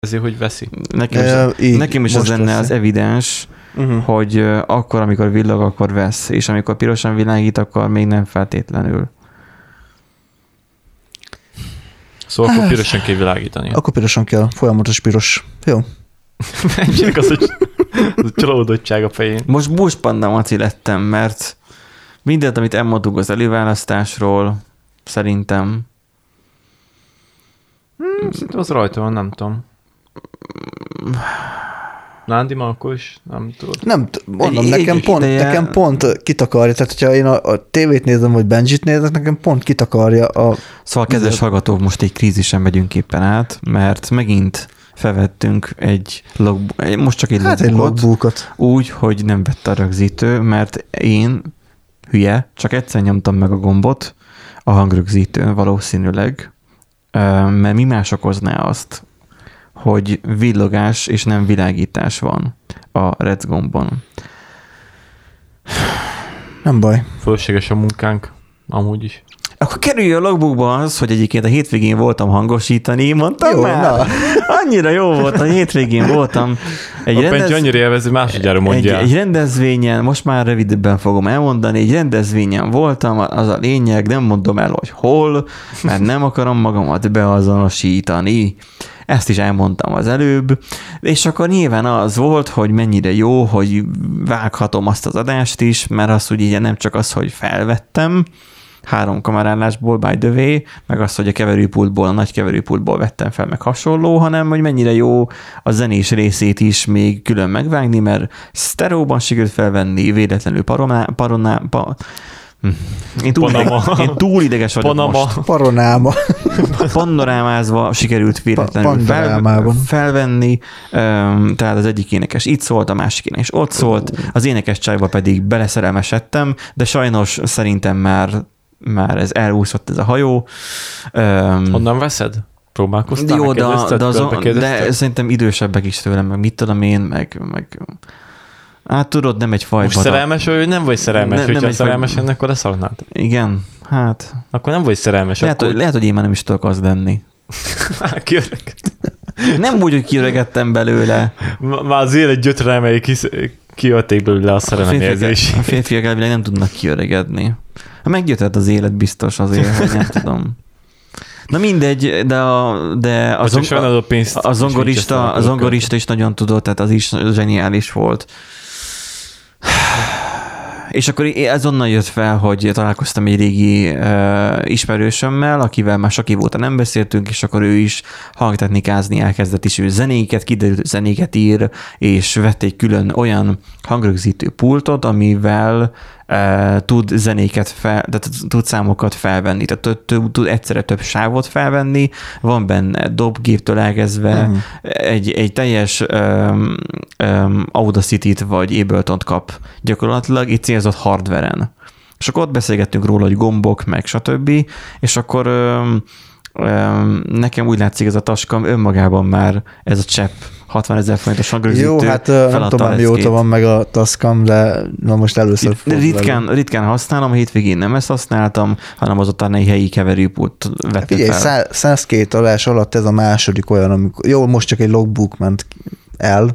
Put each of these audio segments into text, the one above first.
Ezért, hogy veszi. Nekem is az lenne az evidens, hogy akkor, amikor villog, akkor vesz, és amikor pirosan világít, akkor még nem feltétlenül. Szóval akkor pirosan kell világítani. Akkor pirosan kell, folyamatos piros. Jó. Menjünk az, hogy a csalódottság a fején. Most búspanda maci lettem, mert mindent, amit elmondtuk az előválasztásról, szerintem. Szerintem az rajta van, nem tudom. Nándima akkor is, nem tudod. Nem, mondom, nekem pont kitakarja, tehát hogyha én a tévét nézem, vagy Benjit nézek, nekem pont kitakarja a... Szóval, kedves hallgatók, most egy krízisen megyünk éppen át, mert megint felvettünk most csak egy logbookot, úgy, hogy nem vett a rögzítő, mert én, hülye, csak egyszer nyomtam meg a gombot a hangrögzítőn valószínűleg, mert mi más okozná azt, hogy villogás és nem világítás van a Rec gombon. Nem baj. Fölösleges a munkánk, amúgy is. Akkor kerülj a logbookba az, hogy egyébként a hétvégén voltam hangosítani, mondtam jó, már. Na. Annyira jó volt, a hétvégén voltam. Benji annyira élvező, másodjára mondja. Egy rendezvényen, most már rövidebben fogom elmondani, egy rendezvényen voltam, az a lényeg, nem mondom el, hogy hol, mert nem akarom magamat beazonosítani. Ezt is elmondtam az előbb, és akkor nyilván az volt, hogy mennyire jó, hogy vághatom azt az adást is, mert az, hogy így nem csak az, hogy felvettem, 3 kamerálásból by the way, meg az, hogy a keverőpultból, a nagy keverőpultból vettem fel, meg hasonló, hanem hogy mennyire jó a zenés részét is még külön megvágni, mert sztereóban sikerült felvenni, véletlenül én túl ideges vagyok most. Panorámázva sikerült véletlenül felvenni, tehát az egyik énekes itt szólt, a másik énekes ott szólt, az énekes csajba pedig beleszerelmesedtem, de sajnos szerintem már ez elúszott ez a hajó. Honnan veszed? Próbálkoztál? Jó, de szerintem idősebbek is tőlem, meg mit tudom én, meg hát tudod, nem egy fajba. Most szerelmes vagy nem vagy szerelmes? Hogyha szerelmes ennek, akkor leszarnád. Igen, hát. Akkor nem vagy szerelmes. Lehet, hogy én már nem is tudok az lenni. Kiöregedtem. Nem úgy, hogy kiöregettem belőle. Már az élet gyötrelmei kijötték belőle a szerelemérzés. A férfiak elvileg nem tudnak kiöregedni. Meggyötred az élet biztos azért, hogy nem tudom. Na mindegy, de a zongorista is nagyon tudott, tehát az is zseniális volt. És akkor ez onnan jött fel, hogy találkoztam egy régi ismerősömmel, akivel már sok év óta nem beszéltünk, és akkor ő is hangtechnikázni elkezdett, és ő zenéket ír, és vett egy külön olyan hangrögzítő pultot, amivel tud zenéket tud számokat felvenni, tehát tud egyszerre több sávot felvenni, van benne dobgéptől elkezdve, egy teljes Audacity-t vagy Ableton-t kap gyakorlatilag, itt célzott hardveren. És akkor ott beszélgettünk róla, hogy gombok, meg stb. És akkor nekem úgy látszik ez a taskam önmagában már ez a csepp 60 000 forintos hangrögzítő. Jó, hát nem tudom, mióta van meg a taskam, de na most először ritkán használom, a hétvégén nem ezt használtam, hanem azután egy helyi keverőpult vettem fel. 102 adás alatt ez a második olyan, amikor, jó, most csak egy logbook ment el.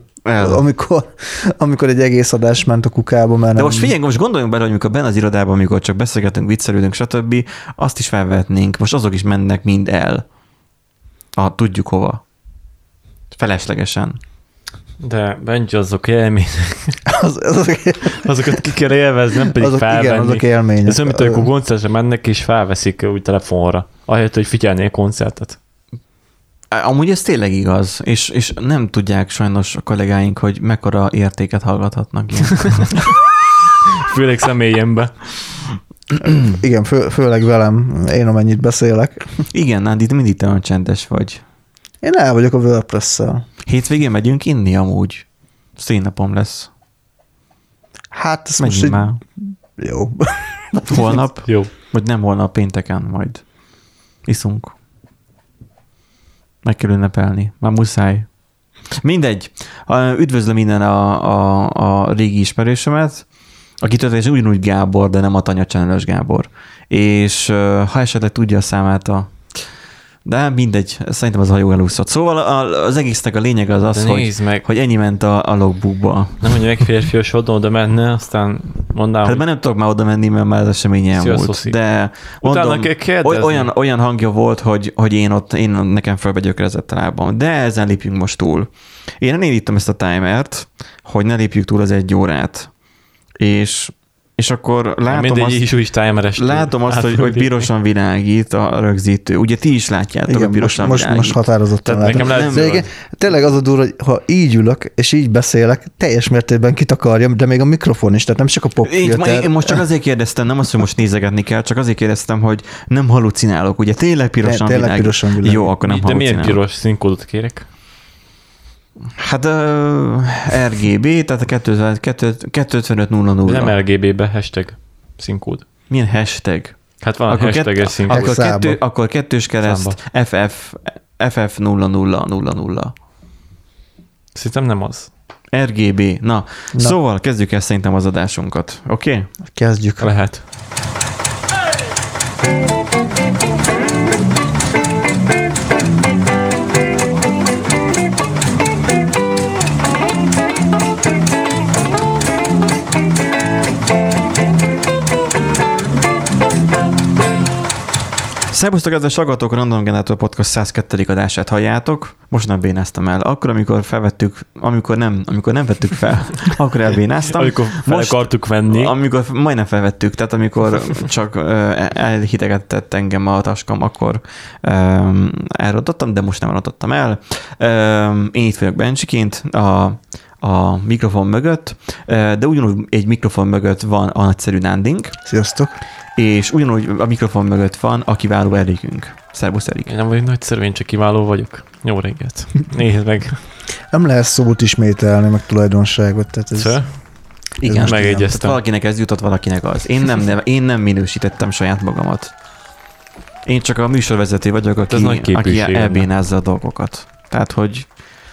Amikor egy egész adás ment a kukába, mert de most figyelj, most gondoljunk bele, hogy amikor benne az irodában, amikor csak beszélgetünk, viccelődünk, stb., azt is felvetnénk, most azok is mennek mind el. Tudjuk hova. Feleslegesen. De Benji, azok élmények. Azokat ki kell élvezni, nem pedig felvenni. Igen, azok élmények. Ez olyan, mint amikor koncertre mennek, és felveszik úgy telefonra. Ahelyett, hogy figyelnék koncertet. Amúgy ez tényleg igaz, és nem tudják sajnos a kollégáink, hogy mekkora értéket hallgathatnak ilyen. Főleg személyembe. Igen, főleg velem, én amennyit beszélek. Igen, Nándi, mindig te olyan csendes vagy. Én el vagyok a WordPress-szel. Hétvégén megyünk inni amúgy. Szénnapom lesz. Hát ez most már. Jó. Holnap? Jó. Vagy nem holnap, pénteken majd. Iszunk. Meg kell ünnepelni. Már muszáj. Mindegy. Üdvözlöm innen a régi ismerősömet, aki történetesen ugyanúgy Gábor, de nem a Tanya Channel-ös Gábor. És ha esetleg tudja a számát De mindegy, szerintem az hajó elúszott. Szóval az egésznek a lényeg az, hogy ennyi ment a logbookba. Nem mondja meg férfias oda menne, aztán mondnám. Hát már nem tudok már oda menni, mert már az esemény elmúlt. De mondom, olyan hangja volt, hogy én nekem fölbegyökerezett a lábam. De ezen lépjünk most túl. Én elindítom ezt a timert, hogy ne lépjük túl az 1 órát. És akkor látom azt, hogy pirosan világít a rögzítő. Ugye ti is látjátok, igen, hogy pirosan világít. Most határozottan látom. Tényleg az a durva, hogy ha így ülök, és így beszélek, teljes mértékben kitakarjam, de még a mikrofon is, tehát nem csak a popfilter. Én most csak azért kérdeztem, nem azt, hogy most nézegetni kell, csak azért kérdeztem, hogy nem halucinálok. Ugye tényleg pirosan világít. Jó, akkor nem halucinálok. De milyen piros színkódot kérek? Hát RGB, tehát a 25500. Nem RGB-be, hashtag színkód. Milyen hashtag? Hát van akkor hashtag-es színkód. Akkor kettős kereszt FF0000. Szerintem nem az. RGB. Na, szóval kezdjük el szerintem az adásunkat. Oké? Okay? Kezdjük. Lehet. Szerbusztok, ez a Sagatok Random Generator Podcast 102. adását halljátok. Most nem bénáztam el. Akkor, amikor nem vettük fel, akkor elbénáztam. Amikor fel akartuk venni. Amikor majdnem felvettük, tehát amikor csak elhitegetett engem a taskam, akkor elrontottam, de most nem rontottam el. Én itt vagyok Bencsiként a mikrofon mögött, de ugyanúgy egy mikrofon mögött van a nagyszerű Nándink. Sziasztok! És ugyanúgy a mikrofon mögött van a kiváló Erikünk. Szervusz, Erik. Én nem vagyok nagyszerű, én csak kiváló vagyok. Jó reggelt. Nézd meg. Nem lehet szót ismételni, meg tulajdonságot. Tehát ez, igen, megegyeztem. Valakinek ez jutott, valakinek az. Én nem minősítettem saját magamat. Én csak a műsorvezető vagyok, aki elbénázza a dolgokat. Tehát, hogy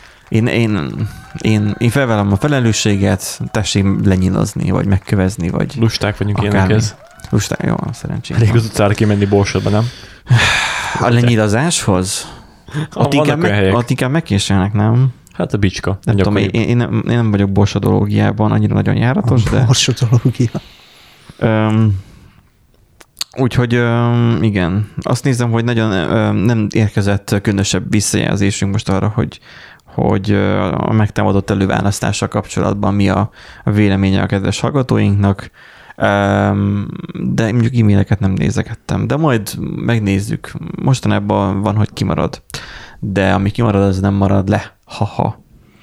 én felvellem a felelősséget, tessék lenyilazni, vagy megkövezni, vagy lusták vagyunk ilyenekhez. Lusták, jó, szerencsére. Elég az utcára kimenni Borsodba, nem? A lenyilazáshoz? Ott inkább megkéselnek, nem? Hát a bicska. Nem tudom, én nem vagyok borsodológiában annyira nagyon járatos, de... Borsodológia. Úgyhogy igen, azt nézem, hogy nagyon nem érkezett különösebb visszajelzésünk most arra, hogy a megtámadott előválasztással kapcsolatban mi a véleménye a kedves hallgatóinknak, de mondjuk e-maileket nem nézegettem, de majd megnézzük. Mostanában van, hogy kimarad, de ami kimarad, az nem marad le. Haha.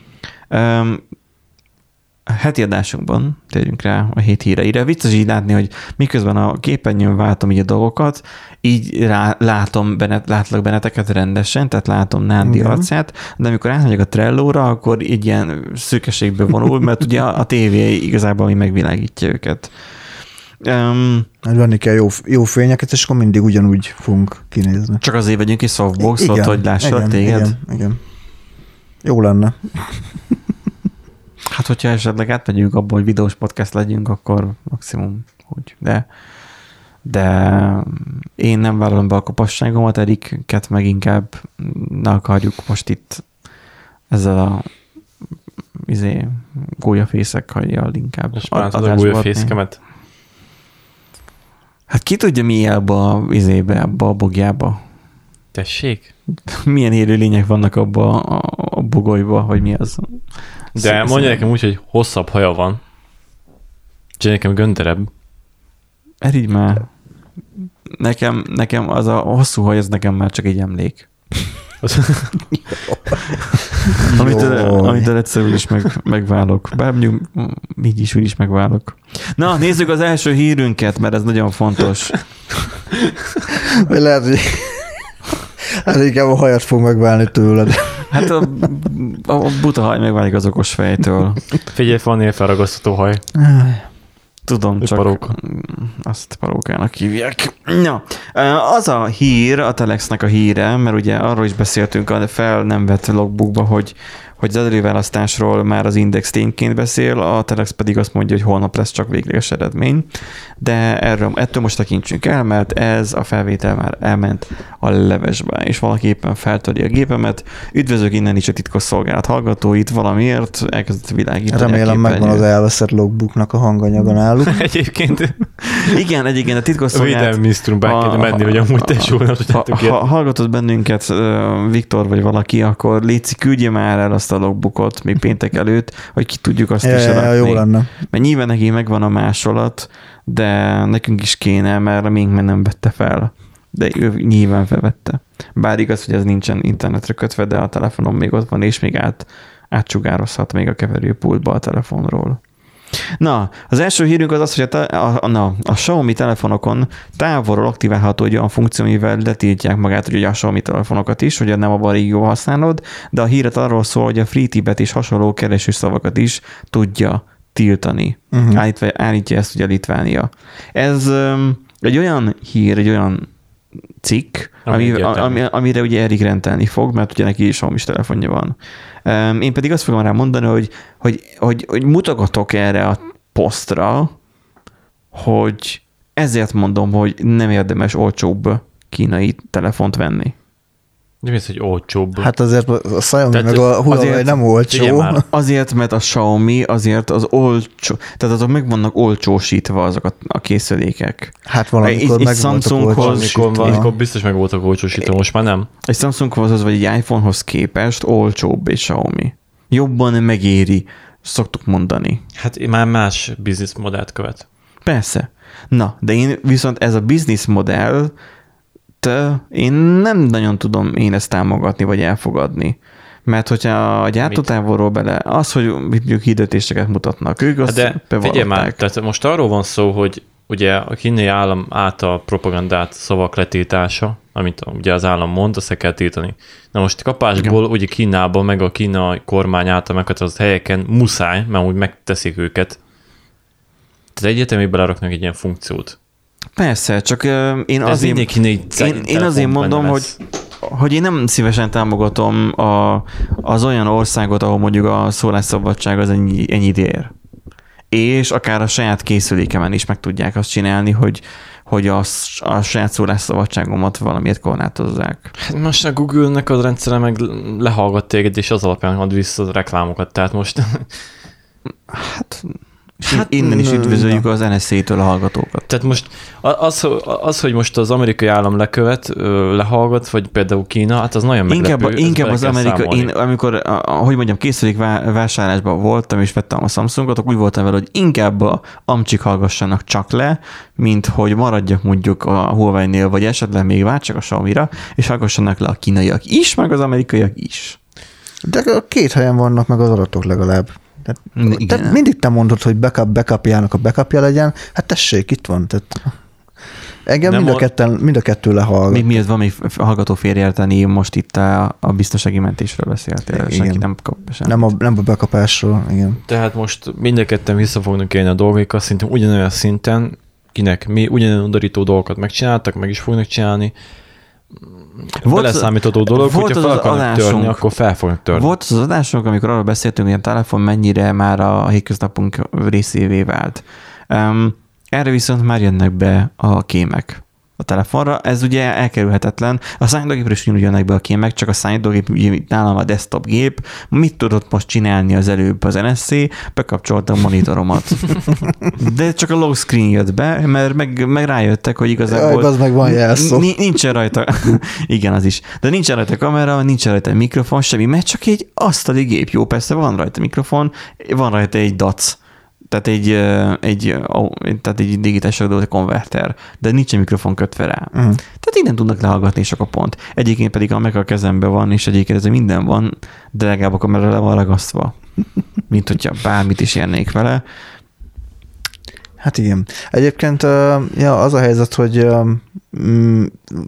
Heti adásunkban térjünk rá a hét híreire. Vicces így látni, hogy miközben a képernyőn váltom így a dolgokat, így látlak benneteket rendesen, tehát látom Nándi arcát, de amikor átmegyek a Trello-ra, akkor így ilyen szürkeségbe vonul, mert ugye a tévé igazából ami megvilágítja őket. Venni kell jó fényeket, és akkor mindig ugyanúgy fogunk kinézni. Csak azért vegyünk is softboxot, hogy lássak téged? Igen. Jó lenne. Hát, hogyha esetleg átmegyünk abból, hogy videós podcast legyünk, akkor maximum úgy. De én nem vállalom be a kopasságomat, Eriket meg inkább ne akarjuk most itt ezzel a gólyafészek hajjal inkább. És bántod a gólyafészkemet? Hát ki tudja, mi abba a bogjába? Tessék? Milyen élőlények vannak abba a bogolyba, hogy mi az? De mondja nekem úgy, hogy hosszabb haja van. Csak nekem gönderebb. Erigy már. Nekem az a hosszú haj, az nekem már csak egy emlék. Amitől egyszer úgyis megválok. Bár mondjuk így is megválok. Na, nézzük az első hírünket, mert ez nagyon fontos. Lehet, hogy inkább a hajat fog megválni tőled. Hát a buta haj megválik az okos fejtől. Figyelj, van ilyen felragasztató haj. Tudom, csak paróka. Azt parókának hívják. Ja. Az a hír, a Telexnek a híre, mert ugye arról is beszéltünk a fel nem vett logbookba, hogy az előválasztásról már az Index tényként beszél, a Telex pedig azt mondja, hogy holnap lesz csak végleges eredmény, de ettől most tekintsünk el, mert ez a felvétel már elment a levesbe, és valaki éppen feltöri a gépemet. Üdvözlök innen is a titkosszolgálat hallgatóit, valamiért elkezdett világítani. Remélem megvan az elveszett logbooknak a hanganyaga náluk. Egyébként Igen, egyébként a titkosszolgálat... Védelmi minisztrum bár kéne menni, hogy amúgy te jól tudjátok. Ha hallgatod bennünket Viktor vagy valaki, akkor létszik, küldje már el azt a logbookot még péntek előtt, hogy ki tudjuk azt is eladni. Jó lenne. Mert nyilván neki megvan a másolat, de nekünk is kéne, mert még nem vette fel. De ő nyilván felvette. Bár igaz, hogy ez nincsen internetre kötve, de a telefonom még ott van, és még átsugározhat még a keverőpultba a telefonról. Na, az első hírünk az, hogy a Xiaomi telefonokon távolról aktiválható egy olyan funkció, amivel letiltják magát, hogy a Xiaomi telefonokat is, hogy nem abban a régióban használod, de a híret arról szól, hogy a FreeTibet és hasonló keresőszavakat is tudja tiltani. Állítja ezt ugye Litvánia. Ez egy olyan hír, egy olyan cikk, amire ugye Erik rendelni fog, mert ugye neki is Xiaomi telefonja van. Én pedig azt fogom rá mondani, hogy mutogatok erre a posztra, hogy ezért mondom, hogy nem érdemes olcsóbb kínai telefont venni. De mi az, hogy olcsóbb? Hát azért a Xiaomi meg a Huawei nem olcsó. Azért, mert a Xiaomi azért az olcsó, tehát azok meg vannak olcsósítva azok a készülékek. Hát valamikor meg Samsunghoz, amikor biztos meg voltak olcsósítva, most már nem. Egy Samsunghoz vagy egy iPhonehoz képest olcsóbb egy Xiaomi. Jobban megéri, szoktuk mondani. Hát már más business modellt követ. Persze. Na, de én viszont ez a business modell, én nem nagyon tudom én ezt támogatni, vagy elfogadni. Mert hogyha a gyártótávolról bele, az, hogy mondjuk hirdetéseket mutatnak, ők azt bevallották. Figyelj már, tehát most arról van szó, hogy ugye a kínai állam által propagandált szavak letiltása, amit ugye az állam mond, azt kell tiltani. Na most kapásból ugye Kínában, meg a kínai kormány által meghatározott helyeken muszáj, mert úgy megteszik őket. Tehát egyetemében beleraknak egy ilyen funkciót. Persze, csak én azért mondom, hogy én nem szívesen támogatom az olyan országot, ahol mondjuk a szólásszabadság az ennyit ér. És akár a saját készülékemen is meg tudják azt csinálni, hogy a saját szólásszabadságomat valamiért korlátozzák. Hát most a Google-nek az rendszere meg lehallgat téged, és az alapján ad vissza a reklámokat, tehát most... Hát innen is üdvözöljük az NSA-től a hallgatókat. Tehát most az, hogy most az amerikai állam lehallgat, vagy például Kína, hát az nagyon meglepő. Inkább az amerikai, amikor, hogy mondjam, készülék vásárlásban voltam, és vettem a Samsungot, akkor úgy voltam vele, hogy inkább a amcsik hallgassanak csak le, mint hogy maradjak mondjuk a Huawei-nél, vagy esetleg még váltsak a Xiaomi-ra, és hallgassanak le a kínaiak is, meg az amerikaiak is. De két helyen vannak meg az adatok legalább. Tehát mindig te mondod, hogy backupjának a backupja legyen, hát tessék, itt van. Tehát engem mind a kettő lehallgat. Még miért van még hallgató félreérteni, most itt a biztonsági mentésről beszéltél, senki nem kap semmit. Nem a backupásról, igen. Tehát most mind a ketten vissza fognak élni a dolgaikat, szerintem ugyanolyan szinten, kinek mi ugyanolyan undorító dolgokat megcsináltak, meg is fognak csinálni. Beleszámítható dolog, hogyha fel akarnak törni, akkor fel fognak törni. Volt az adásunk, amikor arról beszéltünk, hogy a telefon mennyire már a hétköznapunk részévé vált. Erre viszont már jönnek be a kémek a telefonra. Ez ugye elkerülhetetlen. A számítógépre is jönnek be a kémek, csak a számítógép, ugye nálam a desktop gép. Mit tudott most csinálni az előbb az NSC? Bekapcsolta a monitoromat. De csak a lock screen jött be, mert meg rájöttek, hogy igazából... az meg van jelszó. Nincsen rajta... Igen, az is. De nincsen rajta kamera, nincsen rajta mikrofon, semmi, mert csak egy asztali gép. Jó, persze van rajta mikrofon, van rajta egy DAC. Tehát egy digitális audio konverter, de nincsen mikrofon kötve rá. Tehát innen tudnak lehallgatni, és akkor pont. Egyébként pedig a kezemben van, és egyébként ez minden van, de legalább a kamera le van ragasztva. Mint hogyha bármit is érnék vele. Hát igen. Egyébként az a helyzet, hogy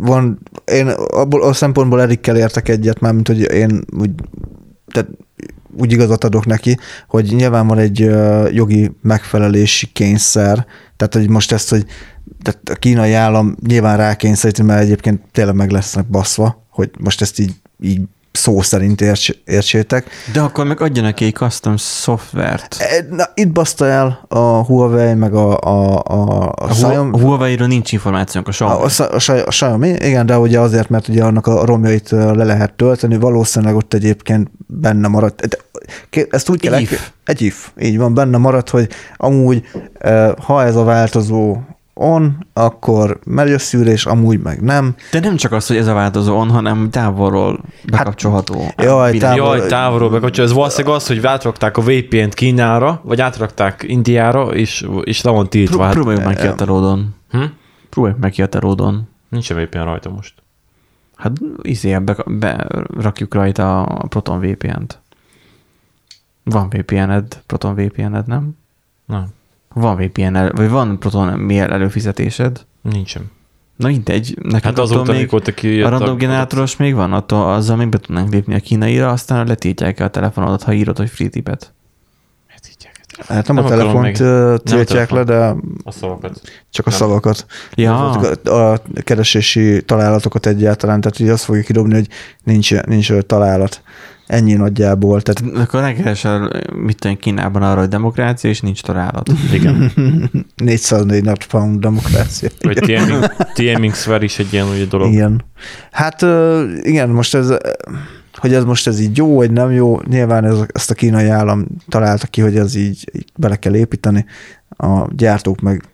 én abból a szempontból Erikkel értek egyet, mármint, hogy én úgy, tehát úgy igazat adok neki, hogy nyilván van egy jogi megfelelési kényszer, tehát hogy most ezt, hogy tehát a kínai állam nyilván rákényszeríti, mert egyébként tényleg meg lesznek baszva, hogy most ezt így szó szerint értsétek. De akkor meg adja neki egy custom szoftvert. Na, itt baszta el a Huawei, meg a Xiaomi. A Huawei-ról nincs információnk, a Xiaomi. A Xiaomi, igen, de ugye azért, mert ugye annak a romjait le lehet tölteni, valószínűleg ott egyébként benne maradt. Ezt úgy kell... Egy if. Így van, benne maradt, hogy amúgy, ha ez a változó on, akkor megy a szűrés, amúgy meg nem. De nem csak az, hogy ez a változó on, hanem távolról bekapcsolható. Jaj, távolról bekapcsolható. Ez valószínűleg az, hogy átrakták a VPN-t Kínára, vagy átrakták Indiára, és le van tiltva. Próbáljuk meg ki a teródon. Próbáljuk meg ki a teródon. Nincs a VPN rajta most. Hát berakjuk rajta a Proton VPN-t. Van VPN-ed, Proton VPN-ed, nem? Nem. Van VPN, vagy van Proton Mail előfizetésed? Nincsen. Na mindegy. Hát azóta, amikor te kijött a random generátoros még van, azzal még be tudnánk lépni a kínaira, aztán letiltják el a telefonodat, ha írod, hogy free tipet. Hát nem a telefont tiltják le, de a szavakat. Csak a szavakat. Ja. A keresési találatokat egyáltalán, tehát így azt fogja kidobni, hogy nincs találat. Ennyi nagyjából. Tehát... Akkor megkeresel, mit tudom, Kínában arra, hogy demokrácia, és nincs találat. Igen. 404 not found demokrácia. Vagy TMX Sphere is egy ilyen ugye dolog. Igen. Hát igen, most ez, hogy ez így jó, vagy nem jó, nyilván ezt a kínai állam találta ki, hogy ez így bele kell építeni. A gyártók meg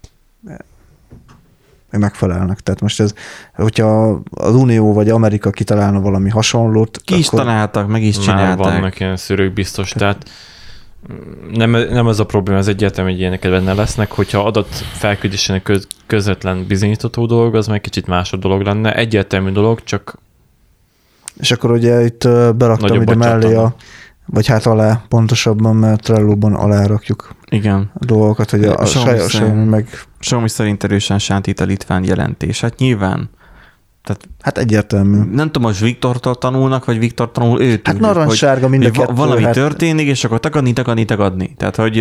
megfelelnek. Tehát most ez, hogyha az Unió vagy Amerika kitalálna valami hasonlót. Ki is találtak, meg is csinálták. Már vannak ilyen szűrők biztos, tehát nem ez a probléma, ez egyértelmű, hogy ilyenek benne lesznek, hogyha adat felküldésének közvetlen bizonyítható dolog, az meg kicsit másod dolog lenne. Egyértelmű dolog, csak és akkor ugye itt beraktam ide mellé vagy hát alá pontosabban, mert Trello-ban alárakjuk igen. A dolgokat, hogy a Xiaomi meg... Xiaomi szerint erősen sántít a litván jelentés. Hát nyilván. Tehát, hát egyértelmű. Nem tudom, hogy Viktortól tanulnak, vagy Viktor tanul őt. Hát narancssárga mind a kettő. Valami történik, és akkor tagadni. Tehát, hogy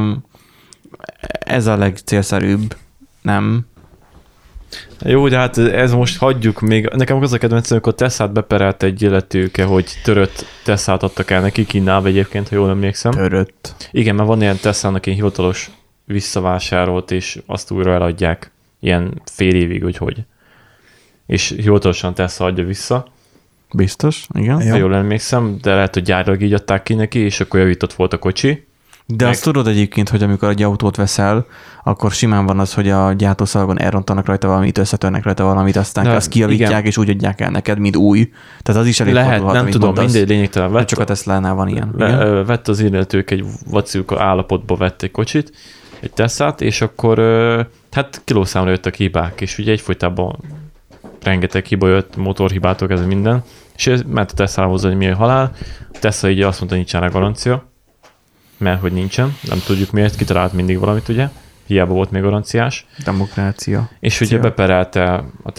ez a legcélszerűbb, nem? Jó, de hát ez most hagyjuk még. Nekem az a kedvencem, amikor Tesszát beperelt egy illetőke, hogy törött Tesszát adtak el neki Kínába egyébként, ha jól emlékszem. Törött. Igen, mert van ilyen Tesszának ilyen hivatalos visszavásárolt, és azt újra eladják ilyen fél évig, úgyhogy. És hivatalosan Tesla adja vissza. Biztos, igen. Ha jól emlékszem, de lehet, hogy gyárilag így adták ki neki, és akkor javított volt a kocsi. De azt tudod egyébként, hogy amikor egy autót veszel, akkor simán van az, hogy a gyártószalagon elrontanak rajta valamit, összetörnek rajta valamit, aztán azt kijavítják, igen. És úgy adják el neked, mint új. Tehát az is elég lehet, fordulhat, nem tudom, mindegy lényegtelen. Csak a Tesla-nál van ilyen. Vett az illetők egy vacilka állapotba vett egy kocsit, egy Teslát, és akkor hát kilószámra jöttek hibák, és ugye egyfolytában rengeteg hiba jött, motorhibától ez minden, és ment a Teslához, hogy mi a halál. A Tesla így azt mondta, nincsen rá garancia, mert hogy nincsen, nem tudjuk miért, kitalált mindig valamit, ugye, hiába volt még garanciás. Demokrácia. És ugye beperelte a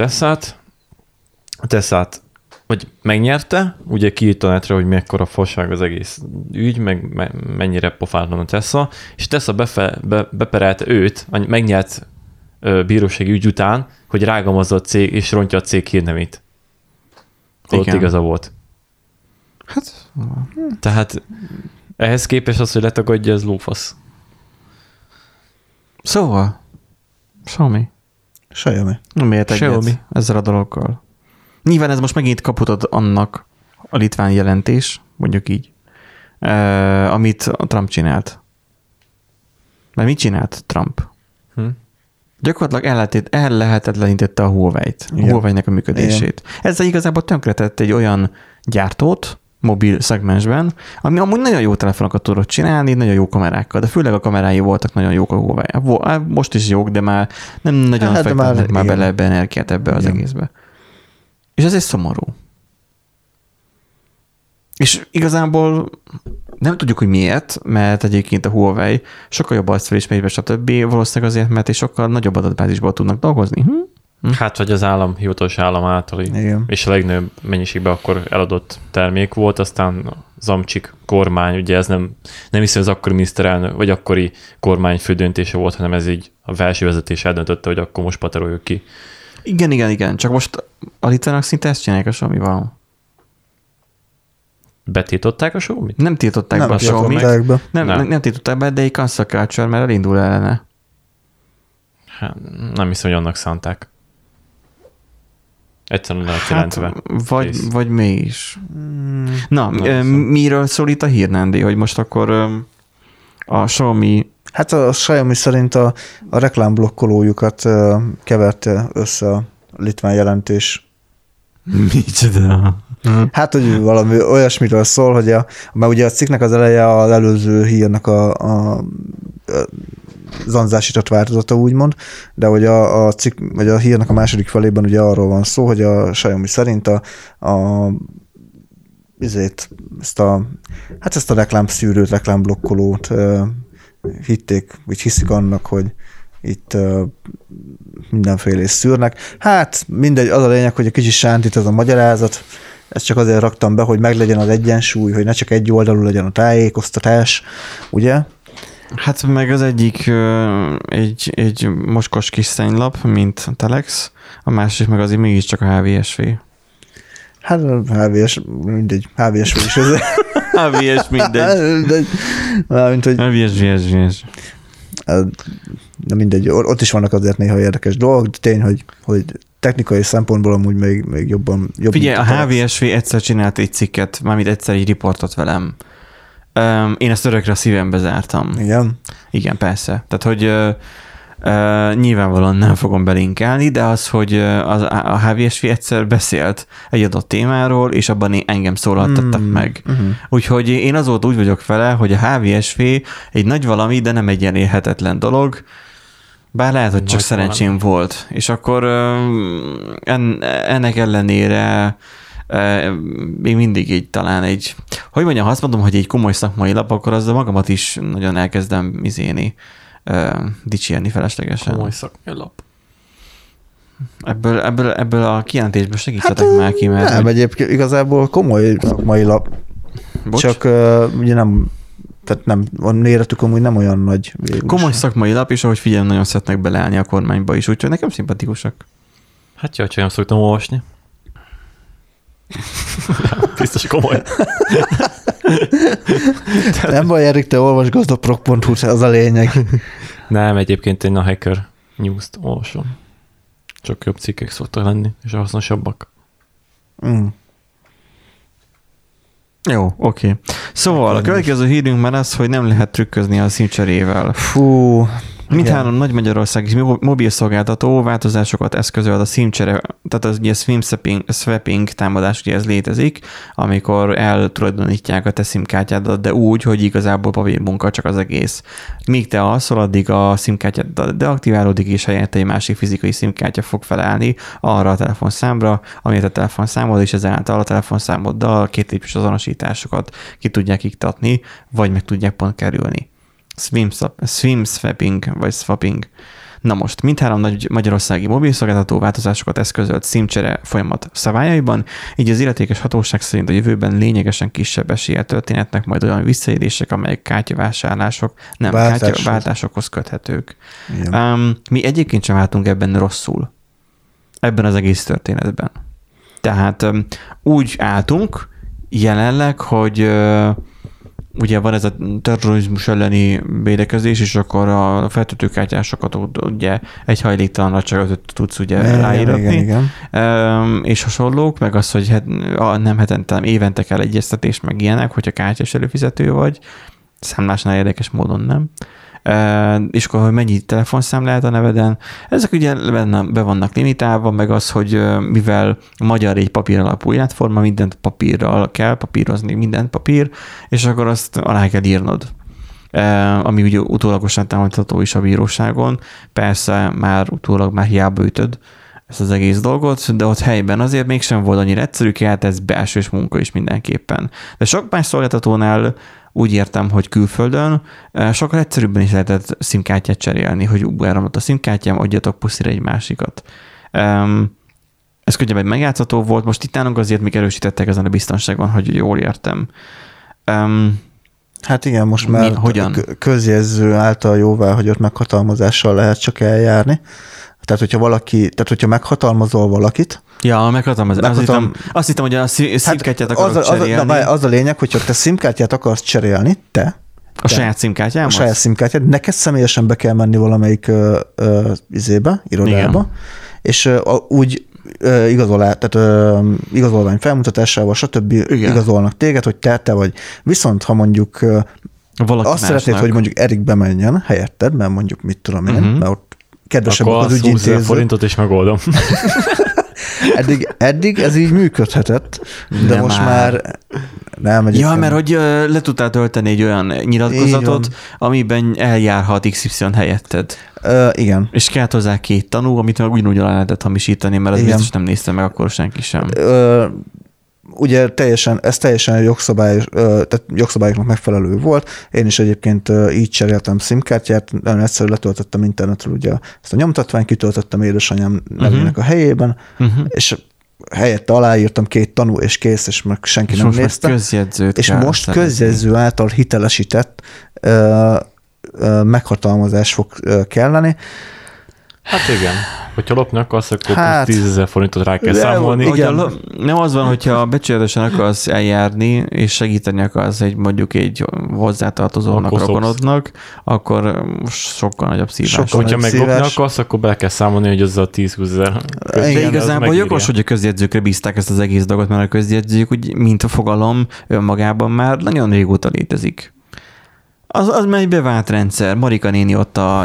Teslát, vagy megnyerte, ugye kiírta a netre, hogy mekkora fasság az egész ügy, meg mennyire pofátlan a Tesla, és Tesla beperelte őt, megnyert bírósági ügy után, hogy rágalmazza a cég, és rontja a cég hírnevét. Ott igaza volt. Hát... Tehát ehhez képest az, hogy letagadja, ez lófasz. Szóval, Xiaomi. Nem értek egyet ezzel a dologgal. Nyilván ez most megint kaput ad annak a litván jelentés, mondjuk így, amit a Trump csinált. Mert mit csinált Trump? Gyakorlatilag ellehetetlenítette a Huawei-t, a Huawei-nek a működését. Igen. Ezzel igazából tönkretett egy olyan gyártót, mobil szegmensben, ami amúgy nagyon jó telefonokat tudott csinálni, nagyon jó kamerákkal, de főleg a kamerái voltak nagyon jók a Huawei. Most is jók, de már nem nagyon fektetnek már bele ebbe energiát ebbe az egészbe. És ez egy szomorú. És igazából nem tudjuk, hogy miért, mert egyébként a Huawei sokkal jobb arcfelismerésbe, stb. Valószínűleg azért, mert és sokkal nagyobb adatbázisból tudnak dolgozni. Hát, vagy az hivatalos állam által, és a legnagyobb mennyiségben akkor eladott termék volt, aztán az amcsik kormány, ugye ez nem hiszem, az akkori miniszterelnök, vagy akkori kormányfő döntése volt, hanem ez így a felső vezetés eldöntötte, hogy akkor most pateroljuk ki. Igen. Csak most állítanak szinte ezt csinálják a Xiaomi-val. Betiltották a Xiaomit? Nem tiltották be a Xiaomit. Nem tiltották be, de egy cancel culture, mert elindul ellene. Hát, nem hiszem, hogy annak szánták. Egyszerűen lehet jelentve. Vagy mégis. Na, miről szól itt a hír, Nándi, hogy most akkor a Xiaomi... Hát a Xiaomi szerint a reklámblokkolójukat keverte össze a litván jelentés. Micsoda? Hát, hogy valami olyasmiről szól, hogy mert ugye a cikknek az eleje az előző hírnek a zanzásított változata, úgymond, de hogy a cikk, vagy a hírnek a második felében ugye arról van szó, hogy a Xiaomi szerint ezt a reklámszűrőt, reklámblokkolót hitték, vagy hiszik annak, hogy itt mindenféle szűrnek. Hát mindegy, az a lényeg, hogy a kicsi sántít ez a magyarázat, ezt csak azért raktam be, hogy meglegyen az egyensúly, hogy ne csak egy oldalú legyen a tájékoztatás, ugye? Hát meg az egyik egy mocskos kis szennylap, mint a Telex, a másik meg azért mégiscsak a HVSV. Hát a HVSV is ez. HVS mindegy. HVS. De mindegy, ott is vannak azért néha érdekes dolgok, de tény, hogy technikai szempontból amúgy még jobban... Figyelj, a HVSV egyszer csinált egy cikket, mármint egyszer egy riportot velem. Én ezt örökre a szívembe zártam. Igen? Igen, persze. Tehát, hogy nyilvánvalóan nem fogom belinkelni, de az, hogy a HVSV egyszer beszélt egy adott témáról, és abban engem szólaltattak meg. Úgyhogy én azóta úgy vagyok vele, hogy a HVSV egy nagy valami, de nem egy elérhetetlen dolog, bár lehet, hogy csak szerencsém volt. És akkor ennek ellenére még mindig így talán hogy mondjam, ha azt mondom, hogy egy komoly szakmai lap, akkor azzal magamat is nagyon elkezdem dicsérni feleslegesen. Komoly szakmai lap. Ebből a kijelentésből segítsetek már ki, mert... Nem, egyébként igazából komoly szakmai lap. Bocs? Csak ugye nem, tehát nem, a méretük amúgy nem olyan nagy. Komoly szakmai lap, és ahogy figyelem, nagyon szeretnek beleállni a kormányba is, úgyhogy nekem szimpatikusak. Hát jó, csak nem szoktam olvasni. Biztos komoly. Nem baj, Erik, te olvasd gazdaprog.hu, az a lényeg. Nem, egyébként én a Hacker News-t olvasom. Csak jobb cikkek szoktak lenni, és hasznosabbak. Jó, oké. Szóval a következő hírünk már az, hogy nem lehet trükközni a SIM-cserével. Fú... Mindhárom nagy magyarországi mobil szolgáltató változásokat eszközöl a SIM-csere, tehát az ugye swapping támadás, ugye ez létezik, amikor eltulajdonítják a te SIM-kártyádat, de úgy, hogy igazából papírmunka csak az egész. Míg te alszol, addig a SIM-kártyád deaktiválódik, és helyette egy másik fizikai SIM-kártya fog felállni arra a telefonszámra, amit a telefonszámod, és ezáltal a telefonszámoddal kétlépés azonosításokat ki tudják iktatni, vagy meg tudják pont kerülni. Swim swapping, vagy swapping. Na most, mindhárom nagy magyarországi mobilszolgáltató változásokat eszközölt SIM-csere folyamat szabályaiban, így az illetékes hatóság szerint a jövőben lényegesen kisebb eséllyel történhetnek majd olyan visszaélések, amelyek kártyaváltásokhoz köthetők. Mi egyébként sem álltunk ebben rosszul. Ebben az egész történetben. Tehát úgy álltunk jelenleg, hogy ugye van ez a terrorizmus elleni védekezés, és akkor a feltöltőkártyásokat ugye egy hajléktalanra csak tudsz ugye ráíratni, igen. És hasonlók, meg az, hogy nem hetente, hanem évente kell egyeztetés, meg ilyenek, hogyha kártyás előfizető vagy, számlásnál érdekes módon nem. És akkor, hogy mennyi telefonszám lehet a neveden, ezek ugye be vannak limitálva, meg az, hogy mivel magyar egy papír alapú platforma, mindent papírral kell papírozni, minden papír, és akkor azt alá kell írnod. Ami ugye utólagosan támadható is a bíróságon. Persze utólag már hiába ütöd ezt az egész dolgot, de ott helyben azért mégsem volt annyira egyszerű, hát ez belsős munka is mindenképpen. De sok más szolgáltatónál úgy értem, hogy külföldön sokkal egyszerűbben is lehetett SIM-kártyát cserélni, hogy elromlott a SIM-kártyám, adjatok puszira egy másikat. Ez könnyebben megjátszható volt, most itt nálunk azért még erősítettek ezen a biztonságban, hogy jól értem. Hát igen, most már közjegyző által jóváhagyott meghatalmazással lehet csak eljárni. Tehát, hogyha meghatalmazol valakit. Ja, meghatalmazol. Azt hittem, hogy a szimkártyát akarod cserélni. Az a lényeg, hogyha te szimkártyát akarsz cserélni, a saját szimkártyámat? A saját szimkártyát. Neked személyesen be kell menni valamelyik irodába, igen. És úgy igazolvány felmutatásával, stb. Igazolnak téged, hogy te vagy. Viszont, ha mondjuk valaki azt szeretnéd, hogy mondjuk Erik bemenjen helyetted, mert mondjuk mit tudom én, mert ott kedvesebb az ügyintéző. Akkor forintot is megoldom. Eddig ez így működhetett, de nem most már nem. Ja, mert hogy le tudtál tölteni egy olyan nyilatkozatot, amiben eljárhat XY helyetted. Igen. És kellett hozzá 2 tanú, amit meg ugyanúgy alá lehetett hamisítani, mert az biztos nem nézte meg akkor senki sem. Ugye ez teljesen jogszabályoknak megfelelő volt. Én is egyébként így cseréltem SIM-kártyát, nagyon egyszerű letöltöttem internetről, ugye ezt a nyomtatványt kitöltöttem édesanyám nevének a helyében, és helyette aláírtam 2 tanú, és kész, és meg senki nem nézte. És most közjegyző által hitelesített meghatalmazás fog kelleni. Hát igen. Hogyha lopni akarsz, akkor 10 000 forintot rá kell számolni. Nem az van, hogyha becsületesen akarsz eljárni, és segíteni akarsz mondjuk egy hozzátartozónak, rokonodnak, akkor sokkal nagyobb szívás. Hogyha meg lopni akarsz, akkor bele kell számolni, hogy az a 10-20 000. De igazából jogos, hogy a közjegyzőkre bízták ezt az egész dolgot, mert a közjegyzők, úgy, mint a fogalom önmagában már nagyon régóta létezik. Az már egy bevált rendszer. Marika néni ott a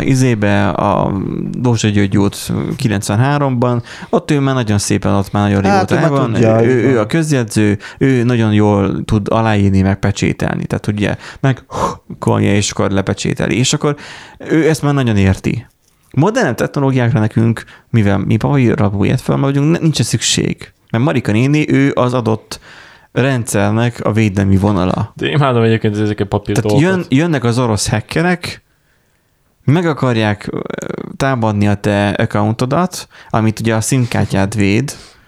Dózsa György út 93-ban, ott ő már nagyon szépen, ott már nagyon régóta el van. Ő a közjegyző, ő nagyon jól tud aláírni, meg pecsételni. Tehát ugye megkolja, és akkor lepecsételi. És akkor ő ezt már nagyon érti. Modern technológiákra nekünk, mivel mi papírrapú fel vagyunk, nincs szükség. Mert Marika néni, ő az adott rendszernek a védelmi vonala. De imádom egyébként ezeket papír dolgokat. Jönnek az orosz hackerek, meg akarják támadni a te accountodat, amit ugye a SIM-kártyád véd,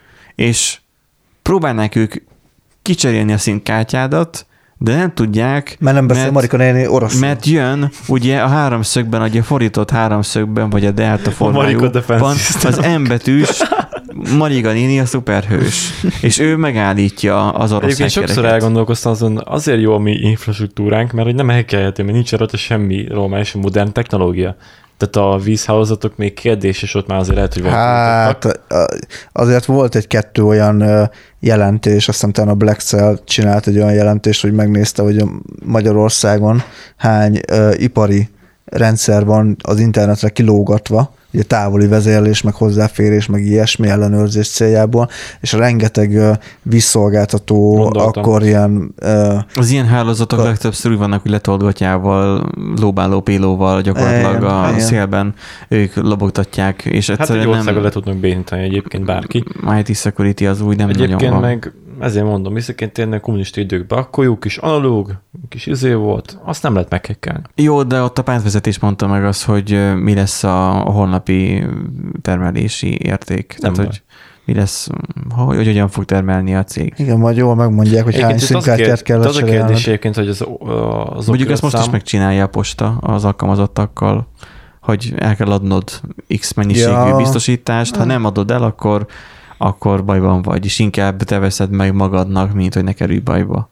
és próbálnák ők kicserélni a SIM-kártyádat, de nem tudják, mert nem beszél Marika néni oroszul. Mert jön ugye a háromszögben, a fordított háromszögben, vagy a delta formájúban az M-betűs Marika néni a szuperhős, és ő megállítja az orosz hackereket. Egyébként sokszor elgondolkoztam azon, azért jó a mi infrastruktúránk, mert hogy nem hackelhető, mert nincs rajta semmi normális modern technológia. Tehát a vízhálózatok még kérdés, és ott már azért lehet, hogy hát azért volt 1-2 olyan jelentés, azt hiszem talán a Black Cell csinált egy olyan jelentést, hogy megnézte, hogy Magyarországon hány ipari rendszer van az internetre kilógatva, ugye távoli vezérlés, meg hozzáférés, meg ilyesmi ellenőrzés céljából, és rengeteg vízszolgáltató akkor ilyen... Az ilyen hálózatok legtöbbször úgy vannak, hogy letolgatjával, lóbáló pélóval gyakorlatilag a szélben ők lobogtatják, és egyszerűen hát egy országon le tudnak bénítani egyébként bárki. IT security az úgy nem egyébként nagyon van. Meg ezért mondom, viszont tényleg kommunista időkben akkor jó kis analóg, kis volt, azt nem lehet meghekkelni. Jó, de ott a pártvezetés mondta meg azt, hogy mi lesz a holnapi termelési érték. Tehát, hogy mi lesz, hogy hogyan fog termelni a cég. Igen, majd jól megmondják, hogy hány szimkártyát kell az a kérdés egyébként, hogy az mondjuk ezt most is megcsinálja a posta az alkalmazottakkal, hogy el kell adnod X mennyiségű biztosítást, ha nem adod el, akkor bajban vagy, és inkább te veszed meg magadnak, mint hogy ne kerülj bajba.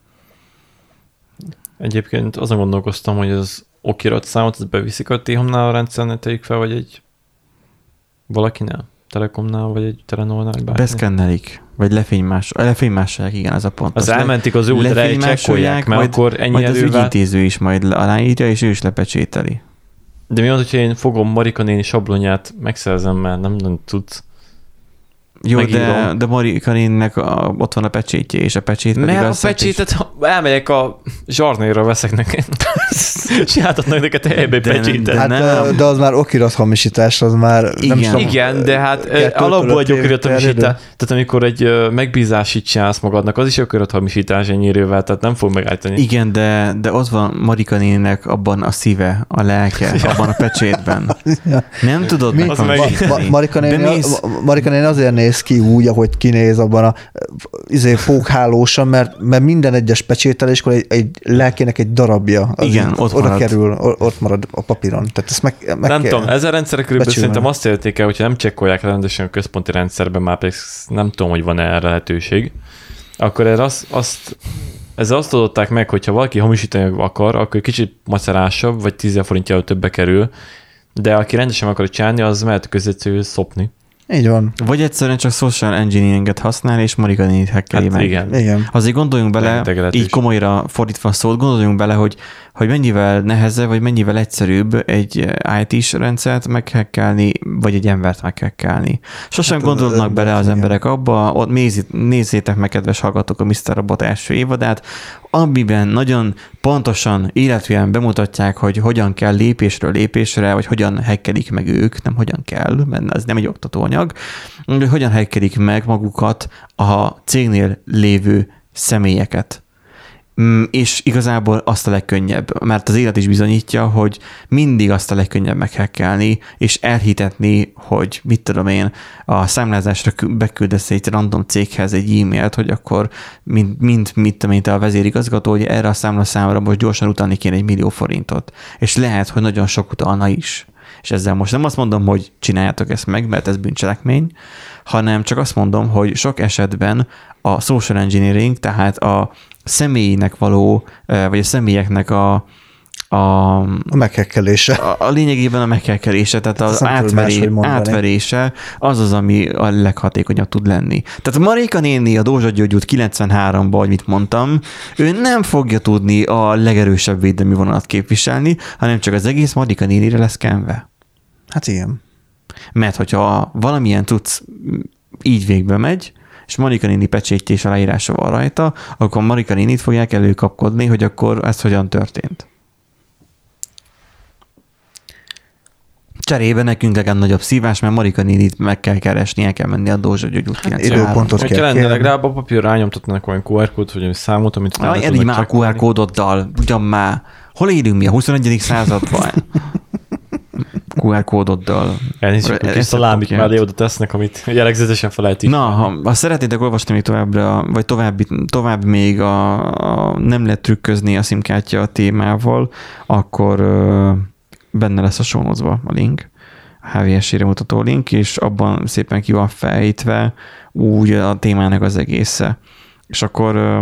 Egyébként azon gondolkoztam, hogy az okirat számot, ezt beviszik a T-Home-nál a rendszernél, tegyük fel, vagy egy valakinél, Telekomnál, vagy egy Telenor-nál. Beszkennelik, vagy lefénymásolják, igen, ez a pont. Az elmentik az útra, elcsekkolják, mert akkor ennyi majd erővel... az ügyintéző is majd aláírja, és ő is lepecsételi. De mi az, hogyha én fogom Marika néni sablonját, megszerzem, mert nem tudsz. Jó, megírom. de Marikanénnek ott van a pecsétje, és a pecsét pedig mert a pecsétet, elmegyek a zsarnérra veszek neked. Csináltatnak neked helybe egy pecsétet. Hát, de az már okirathamisítás, az már igen. nem tudom. Igen, de hát alapból egy okirathamisítás. Tehát amikor egy megbízásit csinálsz magadnak, az is okirathamisítás ennyire, tehát nem fog megállítani. Igen, de ott van Marikanének abban a szíve, a lelke, abban a pecsétben. Nem tudod Marikanéni azért néz ki úgy, ahogy kinéz abban a pókhálósan, mert minden egyes pecsételéskor egy lelkének egy darabja. Igen, oda kerül, ott marad a papíron. Tehát ezt meg nem kell tudom, ezen rendszerek körülbelül szerintem azt érték el, hogyha nem csekkolják rendesen a központi rendszerben, már pedig nem tudom, hogy van-e erre lehetőség, akkor ezzel azt adották meg, hogyha valaki hamisítani akar, akkor egy kicsit macerásabb, vagy 10 forintjával többe kerül, de aki rendesen akar csinálni, az mehet közvetlenül szopni. Így van. Vagy egyszerűen csak social engineering-et használ, és Marikanénit hackeli meg. Igen. Azért gondoljunk bele, így komolyra fordítva szót, gondoljunk bele, hogy mennyivel nehezebb, vagy mennyivel egyszerűbb egy IT-s rendszert meghackelni, vagy egy embert meghackelni. Sosem gondolnak bele az emberek abba, ott nézzétek meg, kedves hallgatók, a Mr. Robot első évadát, amiben nagyon pontosan, illetően bemutatják, hogy hogyan kell lépésről lépésre, vagy hogyan hackelik meg ők, nem hogyan kell, mert ez nem egy oktatóanyag, hogy hogyan hackelik meg magukat a cégnél lévő személyeket. És igazából azt a legkönnyebb, mert az élet is bizonyítja, hogy mindig azt a legkönnyebb meghackelni, és elhitetni, hogy mit tudom én, a számlázásra beküldesz egy random céghez egy e-mailt, hogy akkor mint a vezérigazgató, hogy erre a számlaszámra most gyorsan utalni kéne 1 millió forintot. És lehet, hogy nagyon sok utalna is. És ezzel most nem azt mondom, hogy csináljátok ezt meg, mert ez bűncselekmény, hanem csak azt mondom, hogy sok esetben a social engineering, tehát a személynek való, vagy a személyeknek a meghekkelése. A lényegében a meghekkelése, tehát az átverése az, ami a leghatékonyabb tud lenni. Tehát Marika néni a Dózsa Györgyút 93-ban, hogy mit mondtam, ő nem fogja tudni a legerősebb védelmi vonalat képviselni, hanem csak az egész Marika nénire lesz kenve. Hát igen. Mert hogyha valamilyen cucc így végbe megy, és Marika néni pecsétje és aláírása van rajta, akkor Marika nénit fogják előkapkodni, hogy akkor ez hogyan történt. Cserébe nekünk legalább nagyobb szívás, mert Marika nénit meg kell keresni, el kell menni a Dózsa Györgyút 93. Időpontot kell kérni. Hogyha legalább a papírra rányomtatnak olyan QR kódot, vagy egy számot, amit nem tudnak már a QR kódoddal, ugyan már. Hol élünk mi? A 21. században? QR kódoddal. Elnézést, hogy ezt a lámbit mellé oda tesznek, amit jellegzetesen felejtik. Na, ha szeretnétek olvasni még továbbra, vagy tovább még nem lehet trükközni a SIM-kártya a témával, akkor benne lesz a show notes-ba a link, a HVS-ére mutató link, és abban szépen ki van fejtve úgy a témának az egésze. És akkor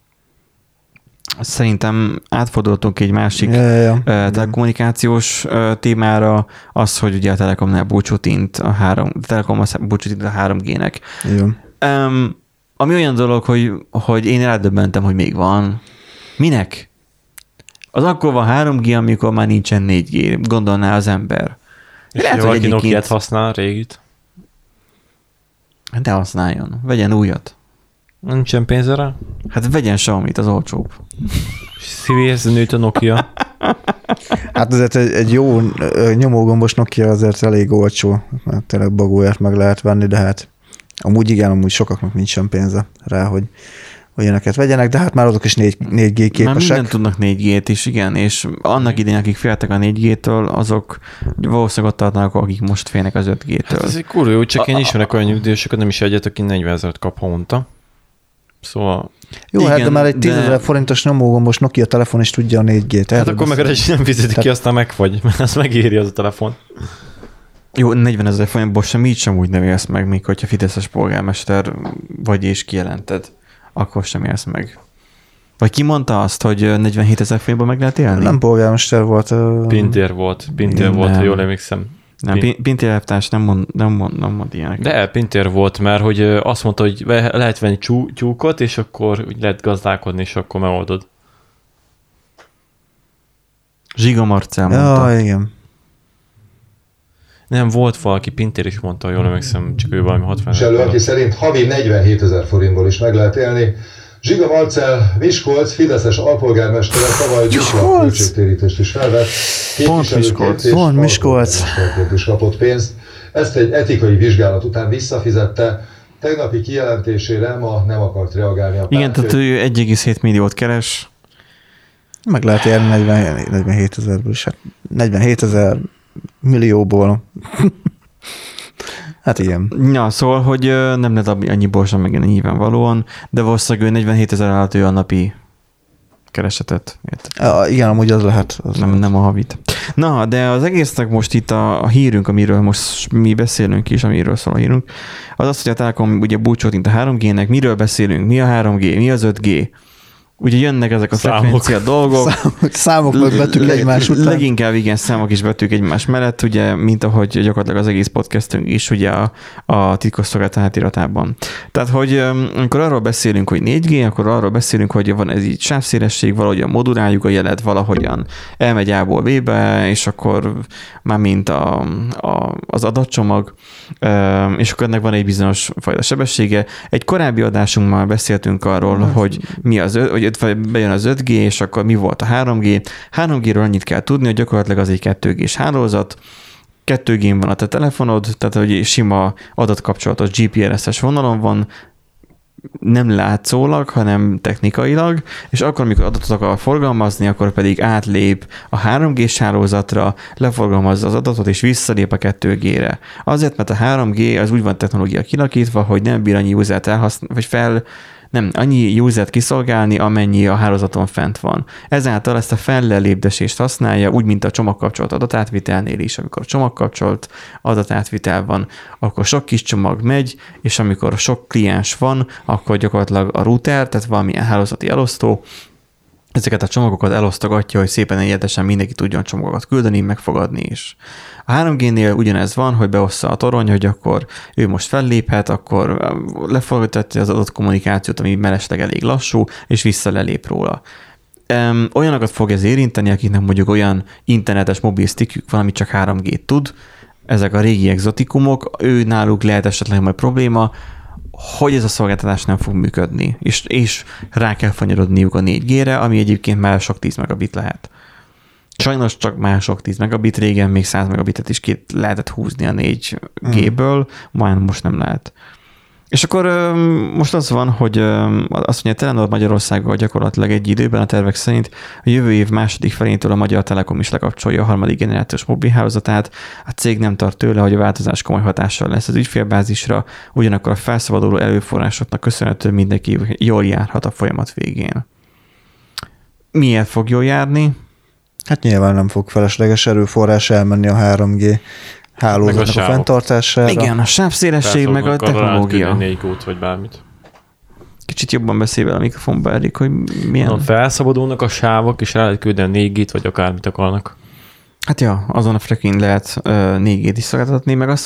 szerintem átfordultunk egy másik telekommunikációs témára, az, hogy ugye a Telekomnál búcsút a 3G-nek. Ami olyan dolog, hogy én rádöbbentem, hogy még van. Minek? Az akkor van 3G, amikor már nincsen 4G, gondolná az ember. És lehet, hogy valaki Nokia-t használ, régit. De használjon. Vegyen újat. Nincsen pénze rá? Hát vegyen Xiaomit, az olcsóbb. Szívéhez nőtt a Nokia. Hát azért egy jó nyomógombos Nokia azért elég olcsó, mert tényleg bagóját meg lehet venni, de hát amúgy sokaknak nincsen pénze rá, hogy ilyeneket vegyenek, de hát már azok is 4G képesek. Már minden tudnak 4G-t is, igen, és annak idején, akik féltek a 4G-től, azok valószínűleg ott tartanak, akik most félnek az 5G-től. Hát ez egy kurva jó, csak én ismerek olyan nyugdíjasokat, nem is egyet, aki 40 000 kap havonta. Szóval... Jó, igen, hát de már egy 10 000 forintos nyomógombos Nokia telefon is tudja a 4G-t. Hát akkor meg nem fizetik ki, aztán megfagy, mert azt megéri az a telefon. Jó, 40 000 forintból sem így sem úgy nem élsz meg, míg hogyha fideszes polgármester vagy és kijelented, akkor sem élsz meg. Vagy ki mondta azt, hogy 47 000 forintból meg lehet élni? Nem polgármester volt. Pintér volt, ha jól emlékszem. Nem, Pintér elvtárs nem mond ilyenek. De Pintér volt, mert hogy azt mondta, hogy lehet venni tyúkot, és akkor lehet gazdálkodni, és akkor megoldod. Zsiga Marcell mondta. Ja, igen. Nem, volt valaki, Pintér is mondta, jól emlékszem, csak ő valami 60 elő, aki szerint havi 47 000 forintból is meg lehet élni. Zsiga Marcell, Miskolc, fideszes alpolgármestere tavaly dupla költségtérítést is felvett. Pont Miskolc. is kapott pénzt. Ezt egy etikai vizsgálat után visszafizette. Tegnapi kijelentésére ma nem akart reagálni a pártja. Igen, tehát ő 1,7 milliót keres. Meg lehet érni 47 000-ből is. 47 000 millióból. Hát igen. Ja, szóval, hogy nem lehet annyiból sem megint nyilvánvalóan, de valószínűleg ő 47 000 alatt ő a napi keresetet. Igen, amúgy az lehet. Nem a havit. Na, de az egésznek most itt a hírünk, amiről most mi beszélünk is, amiről szól a hírünk, az az, hogy a Telekom ugye búcsút, mint a 3G-nek, miről beszélünk, mi a 3G, mi az 5G, ugye jönnek ezek a frekvencia dolgok. Számok meg betűk egymás után. Leginkább igen, számok is betűk egymás mellett, ugye, mint ahogy gyakorlatilag az egész podcastünk is, ugye a titkosszolgálat hátiratában. Tehát, hogy amikor arról beszélünk, hogy 4G, akkor arról beszélünk, hogy van ez így sávszélesség, valahogyan moduláljuk a jelet, valahogyan elmegy A-ból B-be, és akkor már mint az adatcsomag, és akkor ennek van egy bizonyos fajta sebessége. Egy korábbi adásunkban már beszéltünk arról, hogy mi az, hogy bejön az 5G, és akkor mi volt a 3G. 3G-ről annyit kell tudni, hogy gyakorlatilag az egy 2G-s hálózat, 2G-n van a te telefonod, tehát hogy sima adatkapcsolatos GPRS-es vonalon van, nem látszólag, hanem technikailag, és akkor, amikor adatot akar forgalmazni, akkor pedig átlép a 3G-s hálózatra, leforgalmazza az adatot, és visszalép a 2G-re. Azért, mert a 3G az úgy van technológia kilakítva, hogy nem bír annyi usert annyi usert kiszolgálni, amennyi a hálózaton fent van. Ezáltal ezt a fellelépdesést használja, úgy, mint a csomagkapcsolt adatátvitelnél is. Amikor csomagkapcsolt adatátvitel van, akkor sok kis csomag megy, és amikor sok kliens van, akkor gyakorlatilag a router, tehát valamilyen hálózati elosztó, ezeket a csomagokat elosztogatja, hogy szépen egyetesen mindenki tudjon csomagokat küldeni, megfogadni is. A 3G-nél ugyanez van, hogy beossza a torony, hogy akkor ő most felléphet, akkor leforgatja az adott kommunikációt, ami mellesleg elég lassú, és visszalelép róla. Olyanokat fog ez érinteni, akiknek mondjuk olyan internetes mobil stickjük van, ami csak 3G-t tud, ezek a régi exotikumok, ő náluk lehet esetleg majd probléma, hogy ez a szolgáltatás nem fog működni, és rá kell fanyarodniuk a 4G-re, ami egyébként már sok 10 megabit lehet. Sajnos csak már sok 10 megabit, régen még 100 megabitet is lehetett húzni a 4G-ből, majd most nem lehet. És akkor most az van, hogy azt mondja, a Telenor Magyarországgal gyakorlatilag egy időben a tervek szerint a jövő év második felétől a Magyar Telekom is lekapcsolja a harmadik generációs mobilhálózatát. A cég nem tart tőle, hogy a változás komoly hatással lesz az ügyfélbázisra, ugyanakkor a felszabaduló előforrásoknak köszönhetően mindenki jól járhat a folyamat végén. Miért fog jól járni? Hát nyilván nem fog felesleges erőforrás elmenni a 3G hálózatnak a fenntartására. Igen, a sávszélesség, meg a technológia. 4 gót vagy bármit. Kicsit jobban beszél a mikrofonba, Erik, hogy milyen... Ha felszabadulnak a sávok, és rá lehet küldeni 4G-t, vagy akármit akarnak. Hát ja, azon a frekin lehet 4G-t is szolgáltatni, meg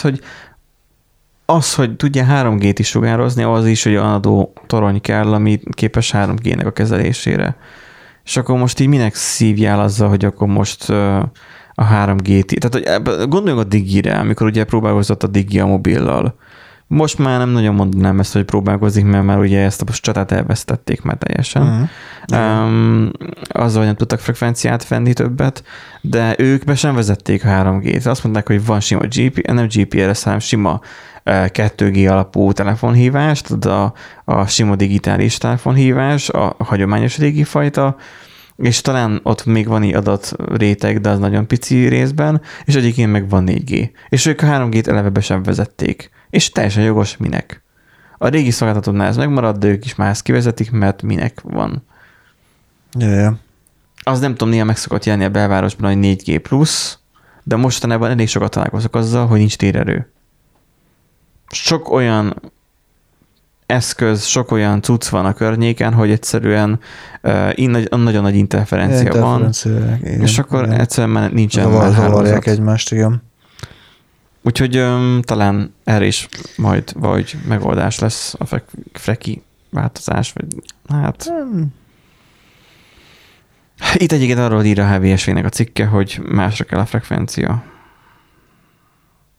az, hogy tudja 3G-t is sugározni, az is, hogy adó torony kell, ami képes 3G-nek a kezelésére. És akkor most így minek szívjál azzal, hogy akkor most a 3G-t, tehát gondoljunk a Digi-re, amikor ugye próbálkozott a Digi a mobillal. Most már nem nagyon mondanám ezt, hogy próbálkozik, mert már ugye ezt a csatát elvesztették már teljesen. Azzal, hogy nem tudtak frekvenciát venni többet, de ők be sem vezették a 3G-t. Azt mondták, hogy van sima nem GPRS, hanem sima 2G alapú telefonhívás, tehát a sima digitális telefonhívás, a hagyományos régi fajta, és talán ott még van egy adatréteg, de az nagyon pici részben, és egyébként meg van 4G. És ők a 3G-t eleve be sem vezették. És teljesen jogos, minek. A régi szolgáltatónál ez megmarad, de ők is már ezt kivezetik, mert minek van. Yeah. Az nem tudom, néha meg szokott jelenni a belvárosban, hogy 4G plusz, de mostanában elég sokat találkozok azzal, hogy nincs térerő. Sok olyan eszköz, sok olyan cucc van a környéken, hogy egyszerűen nagyon nagy interferencia van, igen, és akkor igen. Egyszerűen már nincsen már hálózat. Egymást, igen. Úgyhogy talán erre is majd vagy megoldás lesz a freki változás, vagy hát... Itt egyébként arról ír a HVSV-nek a cikke, hogy másra kell a frekvencia.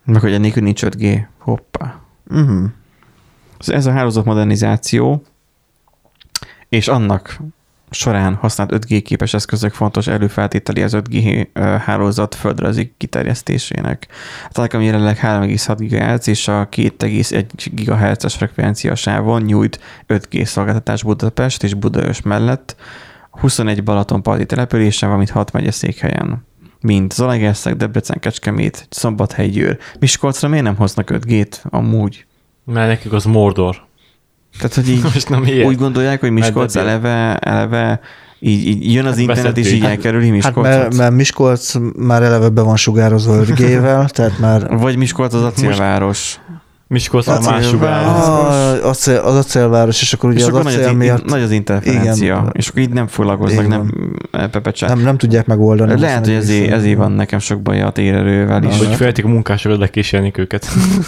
Meg hogy ennélkül nincs 5G. Hoppá. Uh-huh. Ez a hálózat modernizáció, és annak során használt 5G képes eszközök fontos előfeltételi az 5G hálózat földrajzi kiterjesztésének. A Telekom jelenleg 3,6 GHz és a 2,1 GHz-es frekvenciasávon nyújt 5G szolgáltatás Budapest és Budaörs mellett, 21 Balatonparti településen, valamint 6 megyeszékhelyen, mint Zalaegerszeg, Debrecen, Kecskemét, Szombathely, Győr. Miskolcra miért nem hoznak 5G-t amúgy? Mert nekik az Mordor. Tehát, hogy így úgy gondolják, hogy Miskolc eleve így jön az internet, és így elkerüli Miskolcot. Hát mert Miskolc már eleve be van sugározva 5G-vel, tehát már... Vagy Miskolc az acélváros. Miskolc a más sugároz. Az acélváros, és akkor ugye és az acél miatt... Nagy az interferencia, igen. És akkor így nem foglalkoznak, nem tudják megoldani. Lehet, hogy ezért van nekem sok baj a térerővel is. Hogy felték a munkásokat, lekísérnik őket.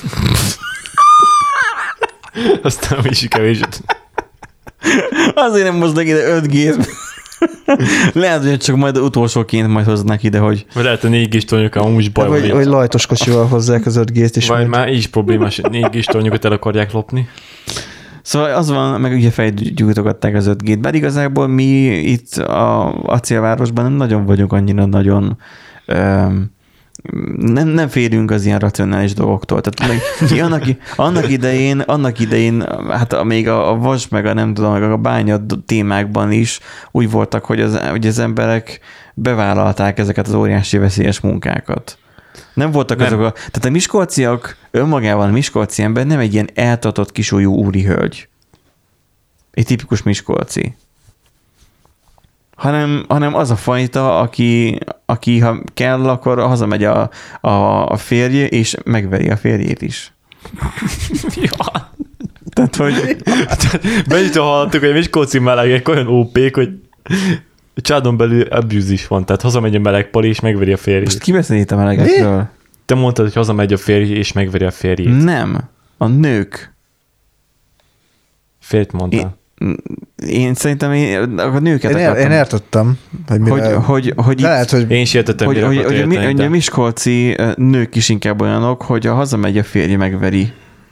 Aztán is kevés. Azért nem hoznak ide 5G-t. Lehet, hogy csak majd utolsóként majd hoznak ide, hogy... Vagy lehet, hogy 4G-s tornyokkal amúgy baj van. Vagy lajtos kocsival hozzák az 5G-t is. Vagy már így problémás, 4G-s tornyokat el akarják lopni. Szóval az van, meg ugye felgyújtogatták az 5G-t, bár igazából mi itt a acélvárosban nem nagyon vagyunk annyira nagyon... Nem félünk az ilyen racionális dolgoktól. Tehát annak idején, hát még a vas, meg a nem tudom, meg a bánya témákban is úgy voltak, hogy az emberek bevállalták ezeket az óriási veszélyes munkákat. Nem voltak azok tehát a miskolciak önmagában a miskolci ember nem egy ilyen eltartott kisúlyú úri hölgy. Egy tipikus miskolci. Hanem az a fajta, aki ha kell, akkor hazamegy a férje, és megveri a férjét is. Ja. Tehát, hogy... Bennyitől hallottuk, hogy a miskolci melegek olyan OP-k, hogy családon belül abuse is van. Tehát hazamegy a meleg pali, és megveri a férjét. Most ki beszél itt a melegekről? Te mondtad, hogy hazamegy a férje, és megveri a férjét. Nem. A nők. Férjt mondtál. Én szerintem a nőket akartam. Én értettem. Hogy lehet, hogy én is értettem, hogy a miskolci nők is inkább olyanok, hogy ha hazamegy a férje, megveri.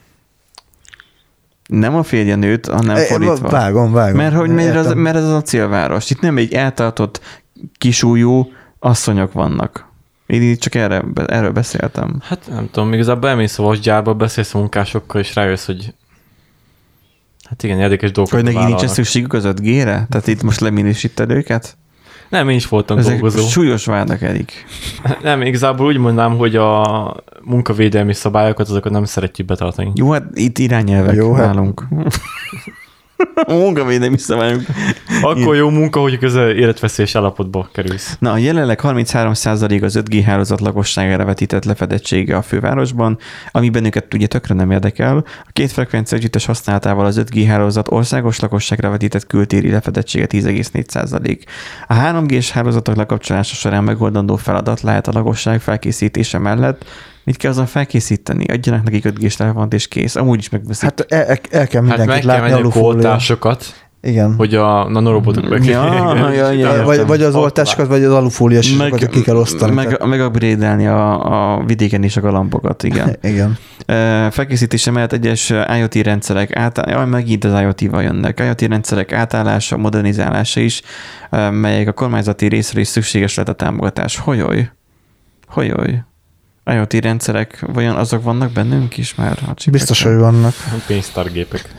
Nem a férje nőt, hanem fordítva. Vágom. Mert ez a célváros. Itt nem egy eltartott, kisúlyú asszonyok vannak. Én itt csak erről beszéltem. Hát nem tudom, igazából elmész a vasgyárba, beszélsz a munkásokkal, és rájössz, hogy hát igen, érdekes dolgokat vállalnak. Hogy neki nincs szükségük az 5G-re? Tehát itt most leminősíted őket? Nem, én is voltam ezek dolgozó. Ezek súlyos vádak, Erik. Nem, igazából úgy mondanám, hogy a munkavédelmi szabályokat, azokat nem szeretjük betartani. Jó, hát itt irányelvek nálunk. A munkavédelmi szabályok. Akkor jó munka, hogy közel életveszélyes állapotba kerülsz. Na, jelenleg 33% az 5G hálózat lakosságára vetített lefedettsége a fővárosban, ami bennünket ugye tökre nem érdekel. A két frekvencia együttes használatával az 5G hálózat országos lakosságra vetített kültéri lefedettsége 10,4%. A 3G-s hálózatok lekapcsolása során megoldandó feladat lehet a lakosság felkészítése mellett. Mit kell azon felkészíteni? Adjanak nekik 5G-s telefont, és kész. Amúgy is megveszik. Hát el kell mindenkit látni oltásokat. Igen. Hogy a nanorobotok vagy az oltásokat, vagy az alufóliasokat ki kell osztani. Meg upgrade-elni a vidéken is a galambokat, igen. Igen. Felkészítése mellett egyes IoT rendszerek megint az IoT-val jönnek. IoT rendszerek átállása, modernizálása is, melyek a kormányzati részről is szükséges lehet a támogatás. Hogyoly. IoT rendszerek, vajon azok vannak bennünk is már? Biztos, hogy vannak. Pénztárgépek.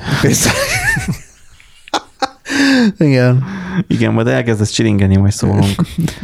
Igen, majd elkezdesz csilingeni, majd szólunk.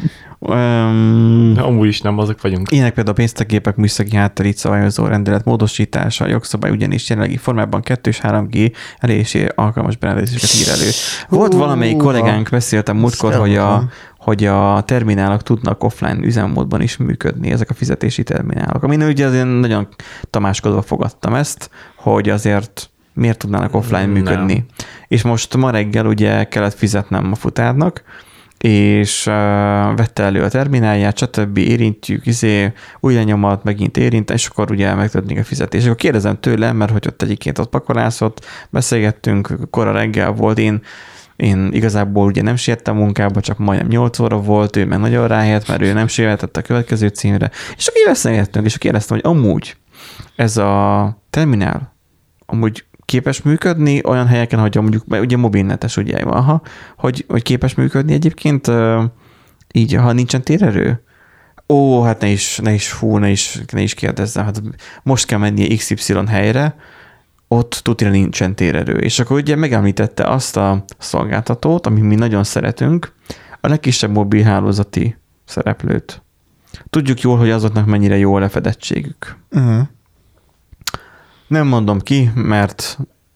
Amúgy is nem azok vagyunk. Ilyenek például a pénztárgépek műszaki hátterét szabályozó rendelet módosítása, a jogszabály ugyanis jelenlegi formában 2 és 3G elérésére alkalmas berendezéseket ír elő. Volt valamelyik kollégánk, beszéltem múltkor, hogy a terminálok tudnak offline üzemmódban is működni, ezek a fizetési terminálok. Amin ugye azért nagyon tamáskodva fogadtam ezt, hogy azért miért tudnának offline működni. És most ma reggel ugye kellett fizetnem a futárnak, és vette elő a terminálját, stb. Érintjük, új lenyomat, megint érint, és akkor ugye megtudnék a fizetés. Akkor kérdezem tőle, mert hogy ott egyébként ott pakolászott, beszélgettünk, kora reggel volt, én igazából ugye nem siettem munkába, csak majdnem 8 óra volt, ő meg nagyon ráért, mert ő nem sietett a következő címre. És akkor beszélgettünk, és kérdeztem, hogy amúgy ez a terminál amúgy képes működni olyan helyeken, hogy mondjuk, ugye mobilnetes ugye van, hogy képes működni egyébként így, ha nincsen térerő? Ó, hát ne is kérdezzem, hát most kell mennie XY helyre, ott tutira nincsen térerő. És akkor ugye megemlítette azt a szolgáltatót, amit mi nagyon szeretünk, a legkisebb mobilhálózati szereplőt. Tudjuk jól, hogy azoknak mennyire jó a lefedettségük. Uh-huh. Nem mondom ki, mert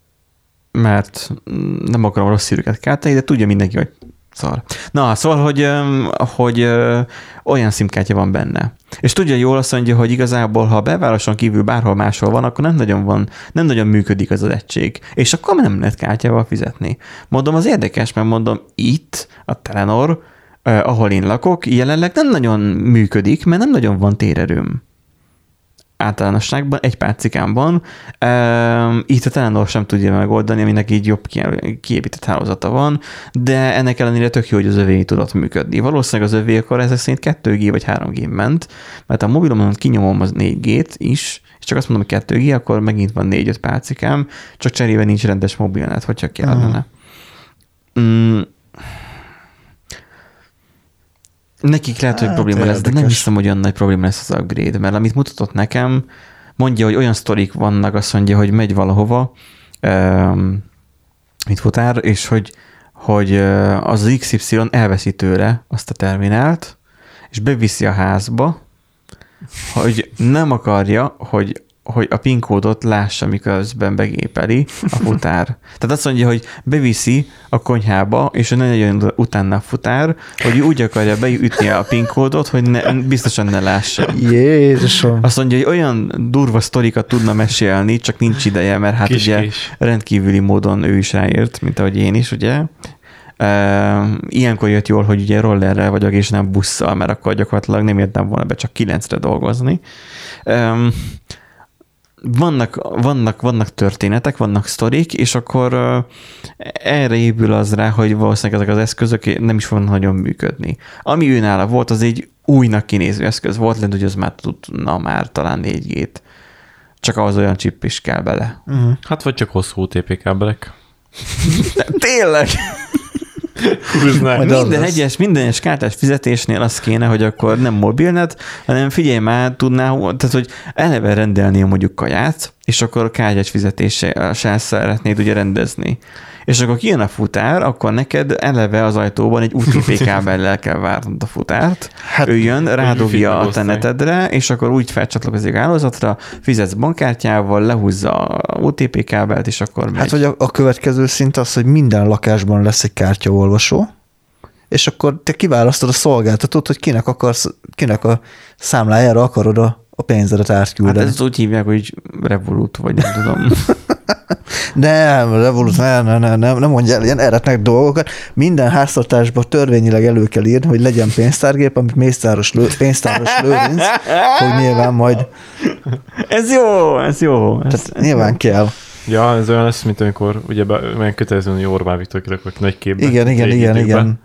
nem akarom rossz hírüket kártani, de tudja mindenki, hogy szar. Na, szóval, hogy olyan szimkártya van benne. És tudja jól azt mondja, hogy igazából, ha a belvároson kívül bárhol máshol van, akkor nem nagyon működik az egység. És akkor nem lehet kártyával fizetni. Mondom, az érdekes, mert mondom, itt a Telenor, ahol én lakok, jelenleg nem nagyon működik, mert nem nagyon van térerőm. Általánosságban, egy párcikámban. Itt a Telenor sem tudja megoldani, aminek így jobb kiépített hálózata van, de ennek ellenére tök jó, hogy az övé tudott működni. Valószínűleg az övé akkor ezek szerint 2G vagy 3G ment, mert a mobilomon kinyomom az 4G-t is, és csak azt mondom, hogy 2G, akkor megint van 4-5 párcikám, csak cserébe nincs rendes mobilnet, hogyha kellene. Nekik lehet, hogy probléma lesz, de nem hiszem, hogy olyan nagy probléma lesz az upgrade, mert amit mutatott nekem, mondja, hogy olyan sztorik vannak, azt mondja, hogy megy valahova, mint futár, és hogy az XY elveszi tőle azt a terminált, és beviszi a házba, hogy nem akarja, hogy a PIN kódot lássa, miközben begépeli a futár. Tehát azt mondja, hogy beviszi a konyhába, és ne legyen utána a futár, hogy úgy akarja beütni a PIN kódot, hogy biztosan ne lássa. Jézusom. Azt mondja, hogy olyan durva sztorikat tudna mesélni, csak nincs ideje, mert hát ugye rendkívüli módon ő is ráért, mint ahogy én is, ugye. Ilyenkor jött jól, hogy ugye rollerrel vagyok, és nem busszal, mert akkor gyakorlatilag nem értem volna be csak 9-re dolgozni. Vannak történetek, vannak sztorik, és akkor erre épül az rá, hogy valószínűleg ezek az eszközök nem is fognak nagyon működni. Ami ő nála volt, az egy újnak kinéző eszköz volt, lehet, hogy az már tudna már talán 4G-t. Csak ahhoz olyan chip is kell bele. Uh-huh. Hát vagy csak hosszú UTP kábelek. Tényleg! Minden egyes kártyás fizetésnél az kéne, hogy akkor nem mobilnet, hanem figyelj már, tehát hogy eleve rendelnél mondjuk kaját, és akkor a kártyás fizetéssel szeretnéd ugye rendezni. És akkor kijön a futár, akkor neked eleve az ajtóban egy UTP kábellel kell várnod a futárt. Hát, ő jön, rádugja a te netedre, és akkor úgy felcsatlakozik a hálózatra, fizetsz bankkártyával, lehúzza a UTP kábelt, és akkor megy. Hát, hogy a következő szint az, hogy minden lakásban lesz egy kártyaolvasó, és akkor te kiválasztod a szolgáltatót, hogy kinek a számlájára akarod a pénzedet átküldeni. Hát ezt úgy hívják, hogy Revolut, vagy nem tudom. Nem, Revolut, nem mondjál ilyen eretnek dolgokat. Minden háztartásban törvényileg elő kell írni, hogy legyen pénztárgép, amit pénztáros Lőrinc fog nyilván majd... Ez jó. Tehát nyilván kell. Ja, ez olyan lesz, mint amikor ugye kötelezően, hogy Orbán Viktor kirakott nagy képbe. Igen.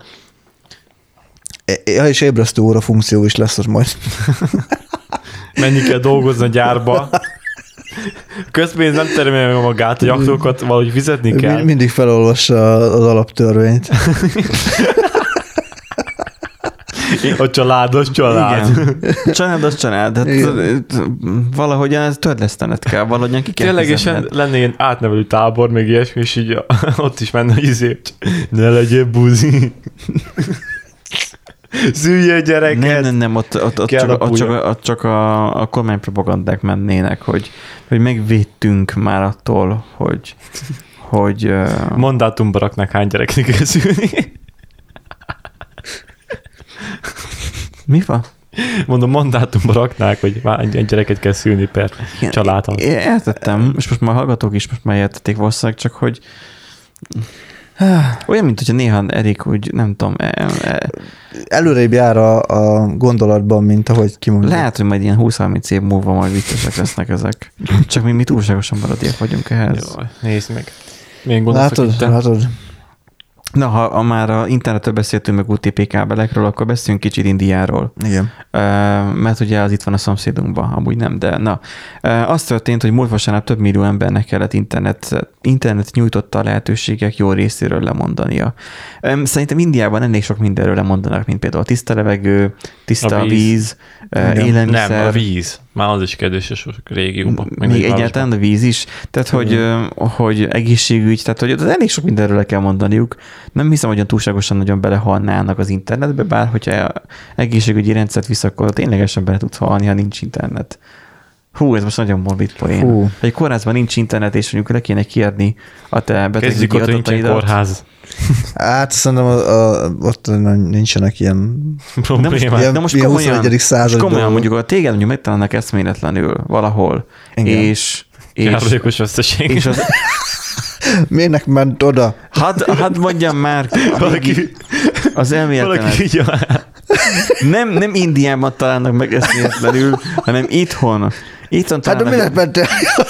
Ja, és ébresztő óra funkció is lesz az majd. Menni kell dolgozni a gyárba. Közpénz nem termelje meg magát, hogy aktókat valahogy fizetni kell. Mindig felolvassa az alaptörvényt. A családos család. Igen. Családos család. Hát valahogyan ez törlesztened kell, valahogyan ki kell ténylegesen lenne ilyen átnevelő tábor, meg ilyesmi, és így ott is menne, hogy ne legyél buzi. Szülje gyereket. Nem, ott csak a kormánypropagandák mennének, hogy megvédtünk már attól, hogy mandátumba raknak, hány gyereknek kell szülni. Mi van? Mondom, mandátumba raknák, hogy egy gyereket kell szülni per családhoz. Értettem, és most már hallgatók is most már értették valószínűleg, csak hogy olyan, mint hogyha néha Erik úgy, nem tudom. Előrébb jár a gondolatban, mint ahogy kimondjuk. Lehet, hogy majd ilyen 20-30 év múlva majd viccesek lesznek ezek. Csak mi túlságosan maradék vagyunk ehhez. Jó, nézd meg. Milyen gondolsz? Látod. Na, ha már a internetről beszéltünk meg UTP kábelekről, akkor beszéljünk kicsit Indiáról. Igen. Mert ugye az itt van a szomszédunkban, amúgy nem, de na. Az történt, hogy múlt vasárnap több millió embernek kellett internet nyújtotta a lehetőségek jó részéről lemondania. Szerintem Indiában elég sok mindenről lemondanak, mint például a tiszta levegő, tiszta víz, élelmiszer. Nem, a víz. Már az is kedves a sok régióban. Még egyáltalán a víz is. Tehát, hogy egészségügy, tehát, hogy elég sok mindenről le kell mondaniuk. Nem hiszem, hogy túlságosan nagyon belehalnának az internetbe, bár hogyha egészségügyi rendszert visz, akkor ténylegesen bele tudsz halni, ha nincs internet. Hú, ez most nagyon morbid poén. Egy kórházban nincs internet, és mondjuk le kéne kérni a te betegségi adataidat. Kezdjük ott, kórház. Hát szerintem ott nincsenek ilyen problémák. De most komolyan mondjuk a téged mondjuk megtalálnak eszméletlenül valahol. Igen. És járulékos veszteség. És az... Miért ment oda? Hadd mondjam már az elméletlenet. Nem Indiában találnak meg eszméletlenül, hanem itthon. Itthon találnak... Hát de miért mentél?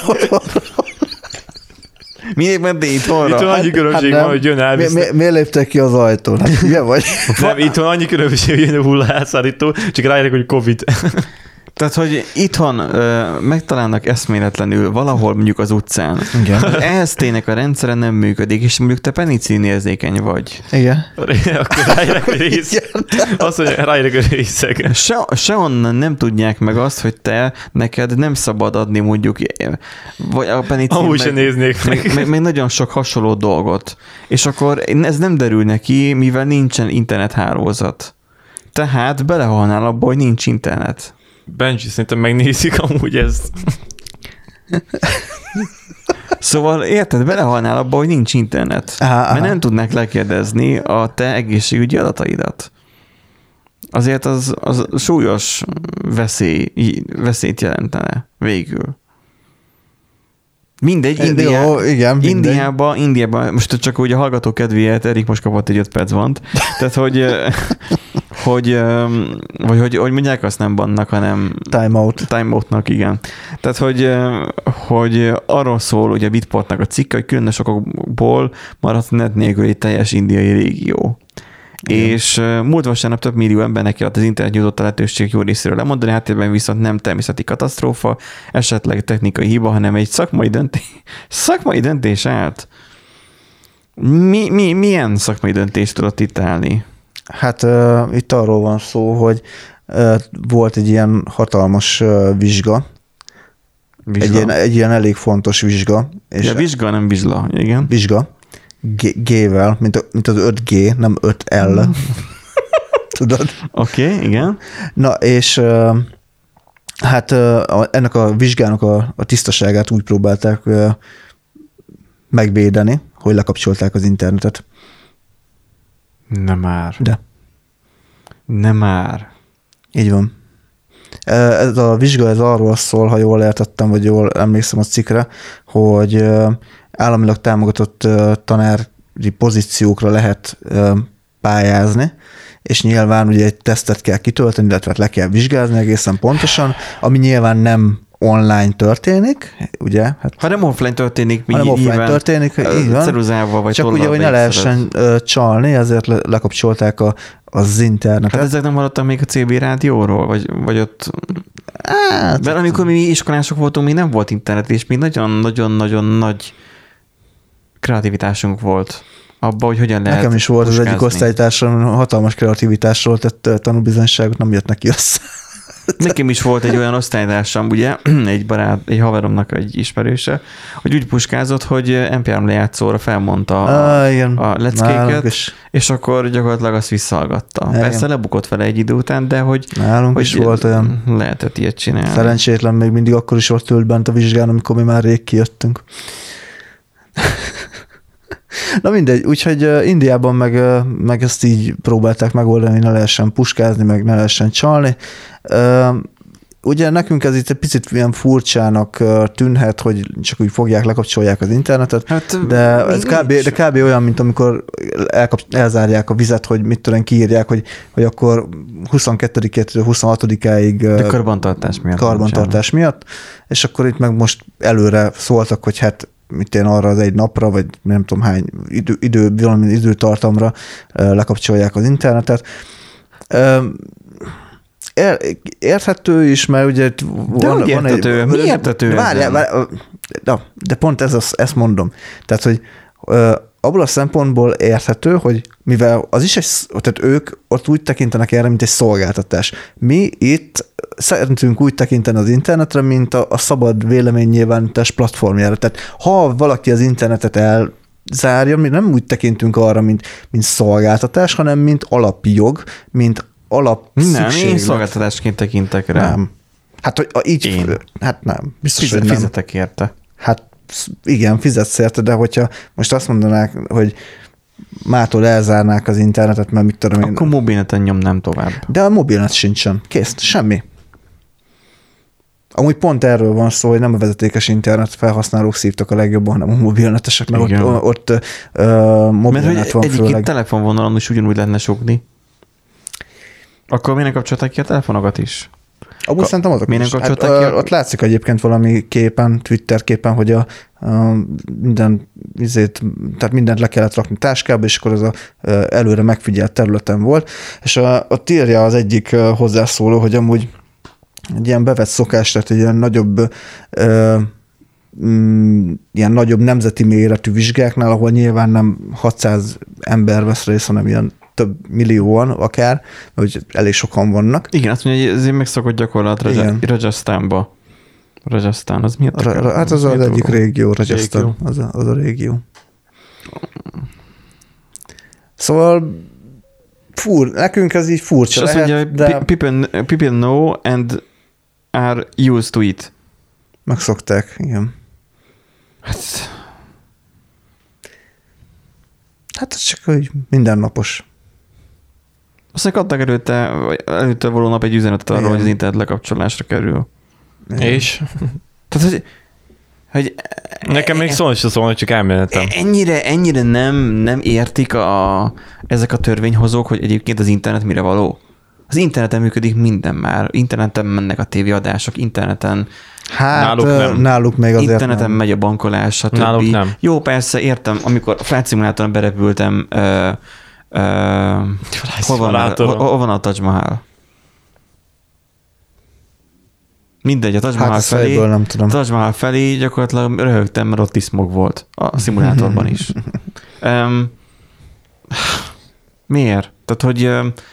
Miért mentél itthonra? Itthon annyi különbség van, hogy jön elvisznek. Miért léptek ki az ajtón? Hát ugye vagy? Nem, itthon annyi különbség, hogy jön a hullaházszállító, csak ráérek, hogy Covid. Tehát, hogy itthon megtalálnak eszméletlenül valahol mondjuk az utcán. Igen. Ehhez tényleg a rendszere nem működik, és mondjuk te penicillin érzékeny vagy. Igen. Akkor ráérek, hogy rész. Azt mondja, ráérek, hogy részeg. Sehonnan nem tudják meg azt, hogy neked nem szabad adni mondjuk vagy a penicillin. Amúgy se néznék meg nagyon sok hasonló dolgot. És akkor ez nem derül neki, mivel nincsen internethálózat. Tehát belehalnál abba, hogy nincs internet. Benji, szerintem megnézik amúgy ezt. Szóval érted, belehalnál abba, hogy nincs internet. Mert nem tudnák lekérdezni a te egészségügyi adataidat. Azért az súlyos veszélyt jelentene végül. Mindegy, Indiában, most csak úgy a hallgató kedvéért, Erik most kapott egy 5 perc vont, tehát hogy mondják, azt nem bannak, hanem timeoutnak, igen. Tehát, hogy arról szól, ugye a Bitportnak a cikke, hogy különös okokból maradt net nélkül egy teljes indiai régió. Igen. És múlt vasárnap több millió embernek kellett az internet nyújtott a lehetőség jó részéről lemondani, háttérben viszont nem természeti katasztrófa, esetleg technikai hiba, hanem egy szakmai döntés állt. Milyen szakmai döntést tudott itt állni? Hát itt arról van szó, hogy volt egy ilyen hatalmas vizsga? Egy ilyen elég fontos vizsga. És ja, vizsga, nem vizsla, igen. Vizsga. G-vel, mint az 5G, nem 5L. Tudod? Oké, igen. Na, és hát ennek a vizsgának a tisztaságát úgy próbálták megvédeni, hogy lekapcsolták az internetet. Nem már. De. Nem már. Így van. Ez a vizsga ez arról szól, ha jól értettem, vagy jól emlékszem a cikkre, hogy államilag támogatott tanári pozíciókra lehet pályázni, és nyilván ugye egy tesztet kell kitölteni, illetve le kell vizsgázni egészen pontosan, ami nyilván nem online történik, ugye? Hát, ha nem offline történik, így van. Ceruzával vagy csak ugye, hogy ne lehessen csalni, ezért lekapcsolták az internetet. Hát ezek nem hallottam még a CB rádióról? Vagy ott... Hát, mert amikor mi iskolások voltunk, még nem volt internet, és még nagyon-nagyon nagy kreativitásunk volt abba, hogy hogyan lehet nekem is volt puskázni. Az egyik osztálytársam, hatalmas kreativitásról tett tanúbizonyságot, nem jött neki össze. Nekem is volt egy olyan osztálytársam, ugye, egy haveromnak egy ismerőse, hogy úgy puskázott, hogy MP3 lejátszóra felmondta a leckéket, és akkor gyakorlatilag azt visszahallgatta. Igen. Persze lebukott vele egy idő után, de hogy is volt olyan. Lehetett ilyet csinálni. Szerencsétlen még mindig akkor is ott ült bent a vizsgán, amikor mi már rég kijöttünk. Na mindegy, úgyhogy Indiában meg ezt így próbálták megoldani, hogy ne lehessen puskázni, meg ne lehessen csalni. Ugye nekünk ez itt egy picit ilyen furcsának tűnhet, hogy csak úgy fogják, lekapcsolják az internetet, hát, de ez kb. Olyan, mint amikor elzárják a vizet, hogy mit tudom, kiírják, hogy akkor 22-től 26-áig karbantartás miatt. És akkor itt meg most előre szóltak, hogy hát mit én arra az egy napra, vagy nem tudom hány valami időtartamra lekapcsolják az internetet. Érthető is, mert ugye van érthető? Mi érthető? De pont ezt mondom. Tehát, hogy abból a szempontból érthető, hogy mivel az is tehát ők ott úgy tekintenek erre, mint egy szolgáltatás. Mi itt szerintünk úgy tekinteni az internetre, mint a szabad véleménynyilvánítás platformjára. Tehát ha valaki az internetet elzárja, mi nem úgy tekintünk arra, mint szolgáltatás, hanem mint alapjog, mint nem, én szolgáltatásként tekintek rá. Nem. Hát, hogy így... Hát nem. Biztos, hogy nem. Fizetek érte. Hát igen, fizetsz érte, de hogyha most azt mondanák, hogy mától elzárnák az internetet, mert mit tudom én... Akkor mobilneten nyomnám tovább. De a mobilnet sincsen. Kész, semmi. Amúgy pont erről van szó, hogy nem a vezetékes internet felhasználók szívtak a legjobban, hanem a mobilnetesek, mert ott mobilnet van főleg. Egyébként telefonvonalon is ugyanúgy lenne sokni. Akkor miért nem kapcsolták ki a telefonokat is? Abból szerintem azok is. Ott látszik egyébként valami képen, Twitter képen, hogy tehát mindent le kellett rakni táskába, és akkor az előre megfigyelt területen volt. És ott írja az egyik hozzászóló, hogy amúgy egy ilyen bevett szokás, tehát egy ilyen nagyobb nemzeti méretű vizsgáknál, ahol nyilván nem 600 ember vesz részt, hanem ilyen több millióan akár, hogy elég sokan vannak. Igen, azt mondja, hogy ez megszokott gyakorlat Rajasztánba. Rajasztán, az miért? Hát az egyik régió, Rajasztán, az a régió. Szóval nekünk ez így furcsa lehet, azt mondja, de... people know and are used to it. Megszokták, igen. Hát ez csak úgy mindennapos. Aztán adtak előtte való nap egy üzenetet arról, hogy az internet lekapcsolásra kerül. Igen. És? Tehát, hogy nekem még szólni se szólni, csak elméletem. Ennyire nem értik ezek a törvényhozók, hogy egyébként az internet mire való. Az interneten működik minden már. Interneten mennek a tévéadások, interneten náluk még azért interneten megy a bankolás, stb. Náluk nem. Jó, persze, értem, amikor a Flight Simulator-on berepültem, hol van a Taj Mahal? Mindegy, a Taj Mahal felé gyakorlatilag röhögtem, mert ott is smog volt a szimulátorban is. Miért? Tehát, hogy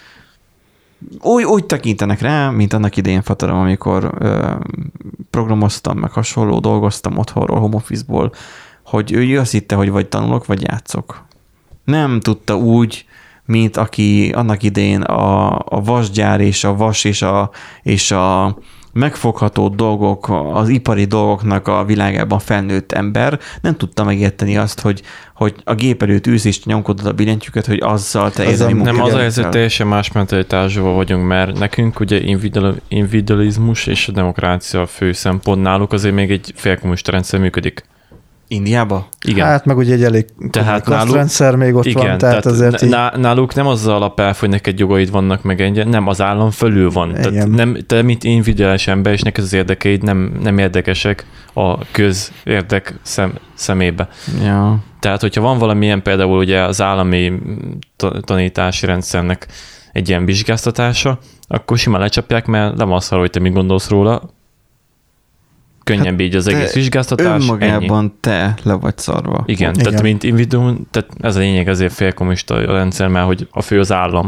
úgy tekintenek rá, mint annak idején Fatarom, amikor programoztam, meg hasonló, dolgoztam otthonról, home office-ból, hogy ő azt hitte, hogy vagy tanulok, vagy játszok. Nem tudta úgy, mint aki annak idején a vasgyár és a vas és a megfogható dolgok, az ipari dolgoknak a világában felnőtt ember nem tudta megérteni azt, hogy a gép előtt ülsz és nyomkodod a billentyűket, hogy azzal te érdemi munkát. Nem, az a helyzet, teljesen más mentalitásban vagyunk, mert nekünk ugye individualizmus és a demokrácia a fő szempont, náluk azért még egy félkommunista rendszer működik. Indiába? Igen. Hát meg ugye egy elég rendszer még ott igen, van, tehát azért náluk nem az alapelv, hogy neked jogaid vannak meg nem, az állam fölül van. Tehát nem, te mint individuális ember, és neked az érdekeid nem érdekesek a közérdek szemébe. Ja. Tehát, hogyha van valamilyen például ugye az állami tanítási rendszernek egy ilyen vizsgáztatása, akkor simán lecsapják, mert nem azt hogy te mit gondolsz róla, könnyebb így az egész vizsgáztatás. Önmagában ennyi. te le vagy szarva. Igen, tehát mint individuum, tehát ez a lényeg, ezért félkommunista rendszer, mert hogy a fő az állam.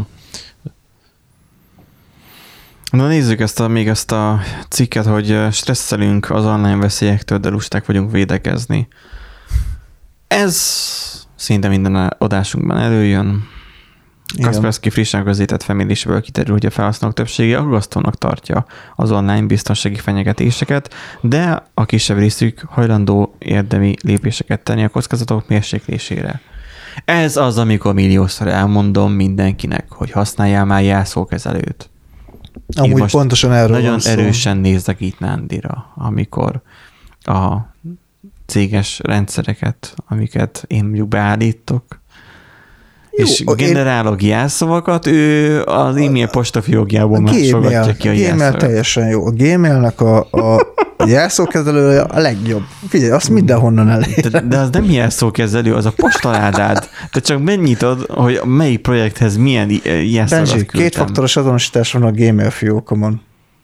Na nézzük még ezt a cikket, hogy stresszelünk az online veszélyektől, de lusták vagyunk védekezni. Ez szinte minden adásunkban előjön. Kaspersky frissen közzétett felmérésből kiderül, hogy a felhasználók többsége aggasztónak tartja az online biztonsági fenyegetéseket, de a kisebb részük hajlandó érdemi lépéseket tenni a kockázatok mérséklésére. Ez az, amikor milliószor elmondom mindenkinek, hogy használjál már jelszókezelőt. Amúgy pontosan erről nagyon van szó. Erősen néznek itt Nándira, amikor a céges rendszereket, amiket én mondjuk beállítok, és generálok jelszavakat, ő az e-mail postafiókjából másolgatja ki a jelszavakat. Gmail teljesen jó. A Gmailnek a jelszókezelője a legjobb. Figyelj, azt mindenhonnan elér. De az nem jelszókezelő, az a postaládád. Te csak megnyitod, hogy melyik projekthez milyen jelszavakat küldtem. Kétfaktoros azonosítás van a Gmail fiókomon.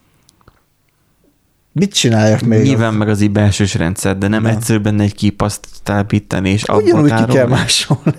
Mit csináljak még? Nyilván meg az így belsős rendszer, de nem egyszerű benne egy képaszt telepíteni, és ugyanúgy ki kell másolni.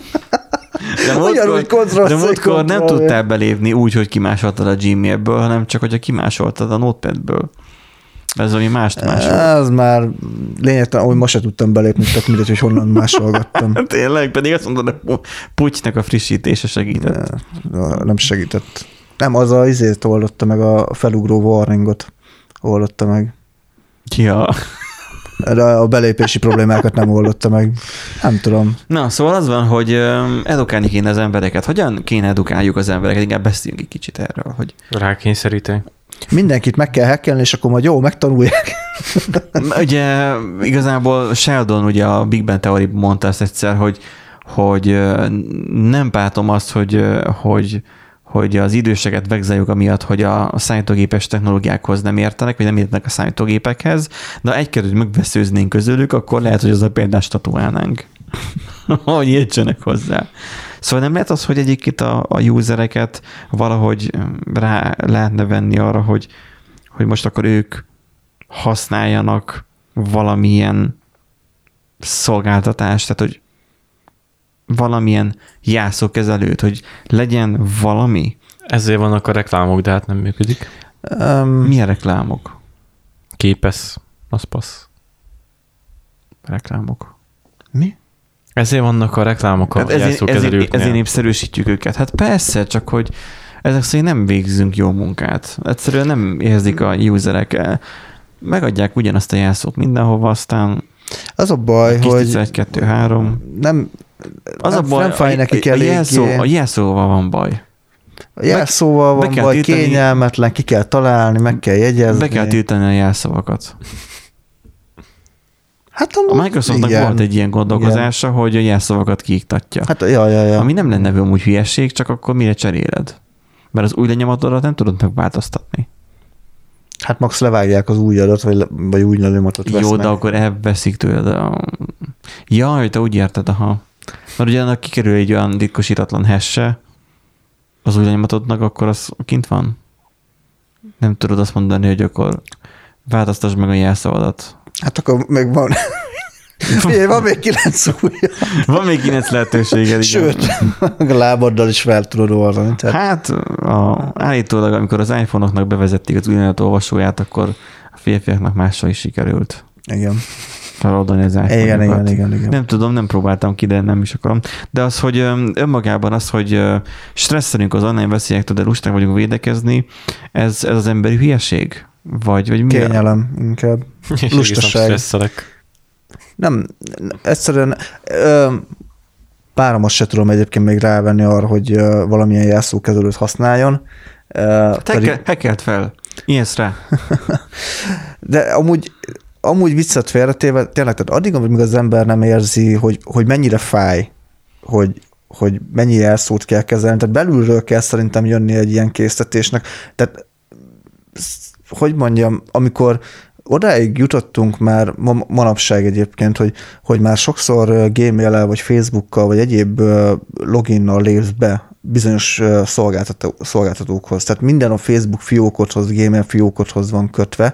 De múltkor nem tudtál belépni úgy, hogy kimásoltad a Gmailből, hanem csak, hogy kimásoltad a Notepadből. Ez ami mást másol. Ez már lényegtelen, hogy most se tudtam belépni, csak mindegy, hogy honnan másolgattam. Tényleg, pedig azt mondod, hogy Putynak a frissítése segített. Nem segített. Nem, az a izét oldotta meg, a felugró warningot oldotta meg. Ja. De a belépési problémákat nem oldotta meg. Nem tudom. Na, szóval az van, hogy edukálni kéne az embereket. Hogyan kéne edukáljuk az embereket? Inkább beszéljünk egy kicsit erről, hogy... Rákényszeríteni. Mindenkit meg kell hackelni, és akkor majd jó, megtanulják. Ugye igazából Sheldon ugye a Big Bang Theory mondta ezt egyszer, hogy nem pártom azt, hogy az időseket vegzáljuk amiatt, hogy a számítógépes technológiákhoz nem értenek, vagy nem értenek a számítógépekhez, de egy-kettőt megveszőznénk közülük, akkor lehet, hogy az a példát statuálnánk, hogy értsenek hozzá. Szóval nem lehet az, hogy egyébként a usereket valahogy rá lehetne venni arra, hogy most akkor ők használjanak valamilyen szolgáltatást, tehát hogy valamilyen jelszókezelőt, hogy legyen valami. Ezért vannak a reklámok, de hát nem működik. Milyen reklámok? Képes, az passz. Reklámok. Mi? Ezért vannak a reklámok a jelszókezelőknél. Ezért népszerűsítjük őket. Hát persze, csak hogy ezek szerint nem végzünk jó munkát. Egyszerűen nem érzik a userek. Megadják ugyanazt a jelszót mindenhova, aztán az a baj, hogy 1, 2, 3. Nem, az a baj, nem fáj nekik a jelszóval van baj. A jelszóval van baj, kényelmetlen, ki kell találni, meg kell jegyezni. Be kell tiltani a jelszavakat. Hát a Microsoftnak volt egy ilyen gondolkozása, hogy a jelszavakat kiiktatja. Hát, ja. Ami nem lenne amúgy hülyeség, csak akkor mire cseréled? Mert az új lenyomatodat nem tudod megváltoztatni. Hát max levágják az új adat, vagy új lenyomatot vesznek. Jó, de akkor elveszik tőled. Jaj, te úgy érted, aha. Mert ugye annak kikerül egy olyan titkosítatlan hash-e az új lenyomatodnak, akkor az kint van. Nem tudod azt mondani, hogy akkor változtasd meg a jelszavadat. Hát akkor meg van. Van még 9 ujja. Van még 9 lehetőséged. Sőt, a lábaddal is fel tudod oldani. Hát állítólag, amikor az iPhone-oknak bevezették az új olvasóját, akkor a férfiaknak mással is sikerült. Igen. Feloldani az iPhone-okat. Igen. Nem tudom, nem próbáltam ki, de nem is akarom. De az, hogy önmagában az, hogy stresszelünk az online veszélyektől, de lusták vagyunk védekezni, ez az emberi hülyeség? Vagy mi? Kényelem inkább. Lustaság. Nem, egyszerűen páromat se tudom egyébként még rávenni arra, hogy valamilyen jelszókezelőt használjon. Hackelt fel. Ilyesz rá. De amúgy viccet félretéve, tényleg, tehát addig, amíg az ember nem érzi, hogy mennyire fáj, hogy mennyi jelszót kell kezelni, tehát belülről kell szerintem jönni egy ilyen késztetésnek. Tehát, hogy mondjam, amikor odáig jutottunk már manapság egyébként, hogy már sokszor Gmail-el, vagy Facebookkal, vagy egyéb loginnal lépsz be bizonyos szolgáltatókhoz. Tehát minden a Facebook fiókodhoz, Gmail fiókodhoz van kötve.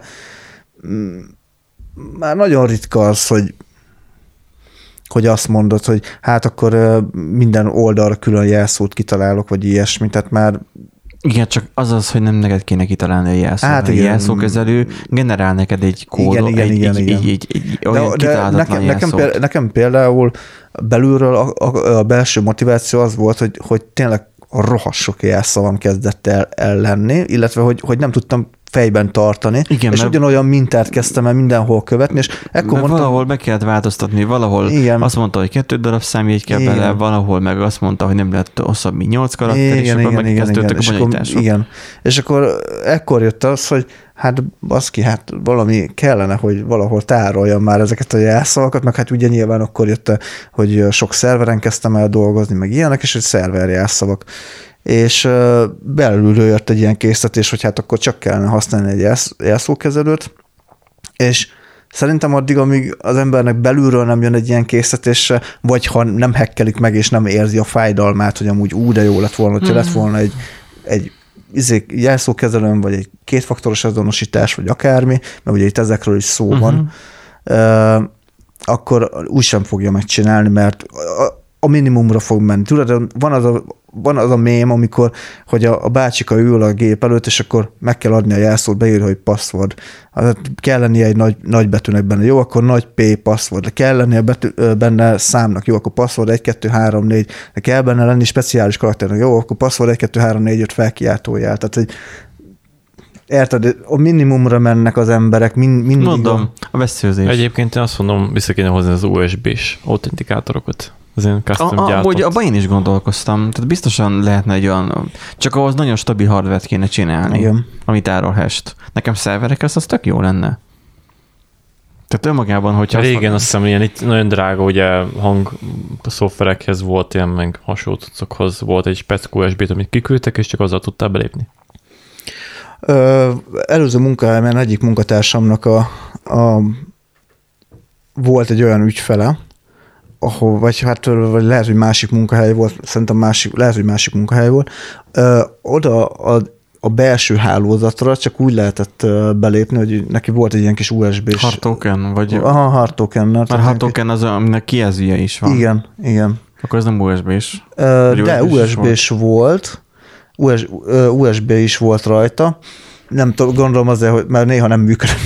Már nagyon ritka az, hogy azt mondod, hogy hát akkor minden oldalra külön jelszót kitalálok, vagy ilyesmi. Tehát már igen, csak az, hogy nem neked kéne kitalálni a jelszót. Hát, a jelszókezelő generál neked egy kódot, egy olyan kitalálatlan jelszót. Nekem például belülről a belső motiváció az volt, hogy tényleg rohadt sok jelszavam kezdett el lenni, illetve hogy nem tudtam fejben tartani, igen, és ugyanolyan mintát kezdtem el mindenhol követni, és ekkor mondtam, valahol be kellett változtatni, valahol igen. azt mondta, hogy 2 darab számjegy kell igen. bele, valahol meg azt mondta, hogy nem lehet hosszabb, mint 8 karakter, és akkor megkezdődtek a bonyolítások. Igen, és akkor ekkor jött az, hogy hát baszki, hát valami kellene, hogy valahol tároljam már ezeket a jelszavakat, meg hát ugye nyilván akkor jött, hogy sok szerveren kezdtem el dolgozni, meg ilyenek, és hogy szerver jelszavak. És belülről jött egy ilyen készítés, hogy hát akkor csak kellene használni egy jelszókezelőt, és szerintem addig, amíg az embernek belülről nem jön egy ilyen készítésre, vagy ha nem hekkelik meg, és nem érzi a fájdalmát, hogy amúgy de jó lett volna, hogyha lett volna egy jelszókezelőn, vagy egy kétfaktoros azonosítás, vagy akármi, mert ugye itt ezekről is szó van, akkor úgy sem fogja megcsinálni, mert a minimumra fog menni. Tudod, van az a mém, amikor, hogy a bácsika ül a gép előtt, és akkor meg kell adni a jelszót, beírja, hogy password. Kell lennie egy nagy betűnek benne. Jó, akkor nagy P password. De kell lennie benne számnak. Jó, akkor password 1, 2, 3, 4. De kell benne lenni speciális karakternek. Jó, akkor password 1, 2, 3, 4, 5 felkiáltójel. Tehát, hogy érted, a minimumra mennek az emberek mindig. Mondom, a veszélyezés. Egyébként én azt mondom, vissza kéne hozni az USB-s autentikátorokat. Az én custom gyártott. Abban én is gondolkoztam. Tehát biztosan lehetne egy olyan, csak ahhoz nagyon stabil hardware-t kéne csinálni, igen. Amit tárol hash-t. Nekem szerverekhez az tök jó lenne. Tehát önmagában, hogyha... Régen azt hiszem, ilyen itt nagyon drága, ugye hang szoftverekhez volt ilyen, meg hasonló cuccokhoz volt egy spec USB-t, amit kiküldtek, és csak azzal tudtál belépni. Előző munkahelyemen egyik munkatársamnak volt egy olyan ügyfele, ahol, vagy lehet, hogy másik munkahely volt, szerintem lehet, hogy másik munkahely volt, oda a belső hálózatra csak úgy lehetett belépni, hogy neki volt egy ilyen kis USB-s... Hard token, vagy... Aha, hard token. Mert hard token az, aminek kijelzője is van. Igen. Akkor ez nem USB-s. De USB-s volt. USB is volt rajta. Nem tudom, gondolom azért, hogy mert néha nem működött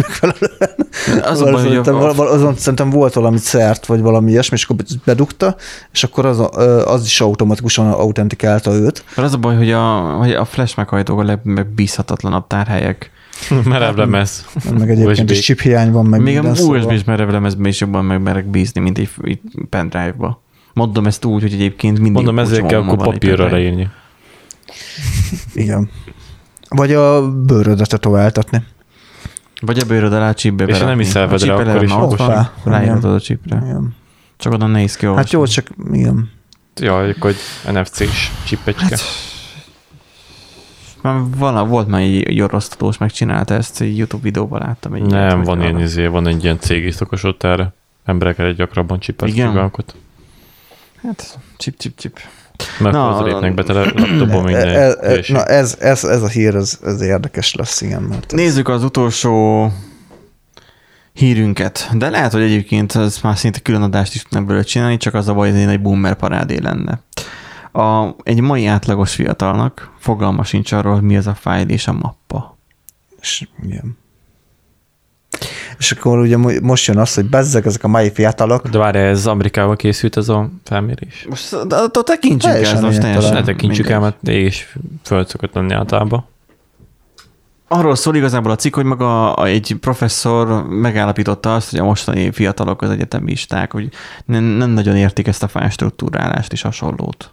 azon szerintem volt valami szert, vagy valami ilyesmi, és akkor bedugta, és akkor az is automatikusan autentikálta őt. Az a baj, hogy a flash meghajtók a legmegbízhatatlanabb tárhelyek. Merev lemez. Meg egyébként is chip hiány van, meg még a USB-s merev lemezben is jobban megmerek bízni, mint egy pendrive-ba. Mondom ezt úgy, hogy egyébként mindig... Mondom, ezért kell akkor papírra leírni. Igen. Vagy a bőrödet tetováltatni. Vagy a bőröd alá chipbe és nem is szervedre, akkor is okosan. Ráírod a chipre. Igen. Csak oda nehéz ki olvasni. Hát jó, csak igen. Jaj, hogy NFC-s chipecske. Hát, volt már egy orosztatós, megcsinálta ezt, egy YouTube videóban láttam. Nem, van ilyen van egy ilyen cég is szokosott erre. Emberekkel egy gyakrabban csipet kívánkodt. Hát, chip. Mert hozzá lépnek be tele laptopon minden. Na ez a hír, ez érdekes lesz, igen. Mert nézzük az utolsó hírünket, de lehet, hogy egyébként ez már szinte külön adást is tudnak belőle csinálni, csak az a baj, hogy egy boomer parádé lenne. Egy mai átlagos fiatalnak fogalma sincs arról, hogy mi az a fájl és a mappa. Igen. És akkor ugye most jön az, hogy bezzeg ezek a mai fiatalok. De várj, ez Amerikában készült ez a felmérés? Most tekintsük el, most ne tekintsük el, mert és föld szokott lenni általában. Arról szól igazából a cikk, hogy maga egy professzor megállapította azt, hogy a mostani fiatalok, az egyetemisták, hogy nem nagyon értik ezt a fájlstruktúrálást és hasonlót.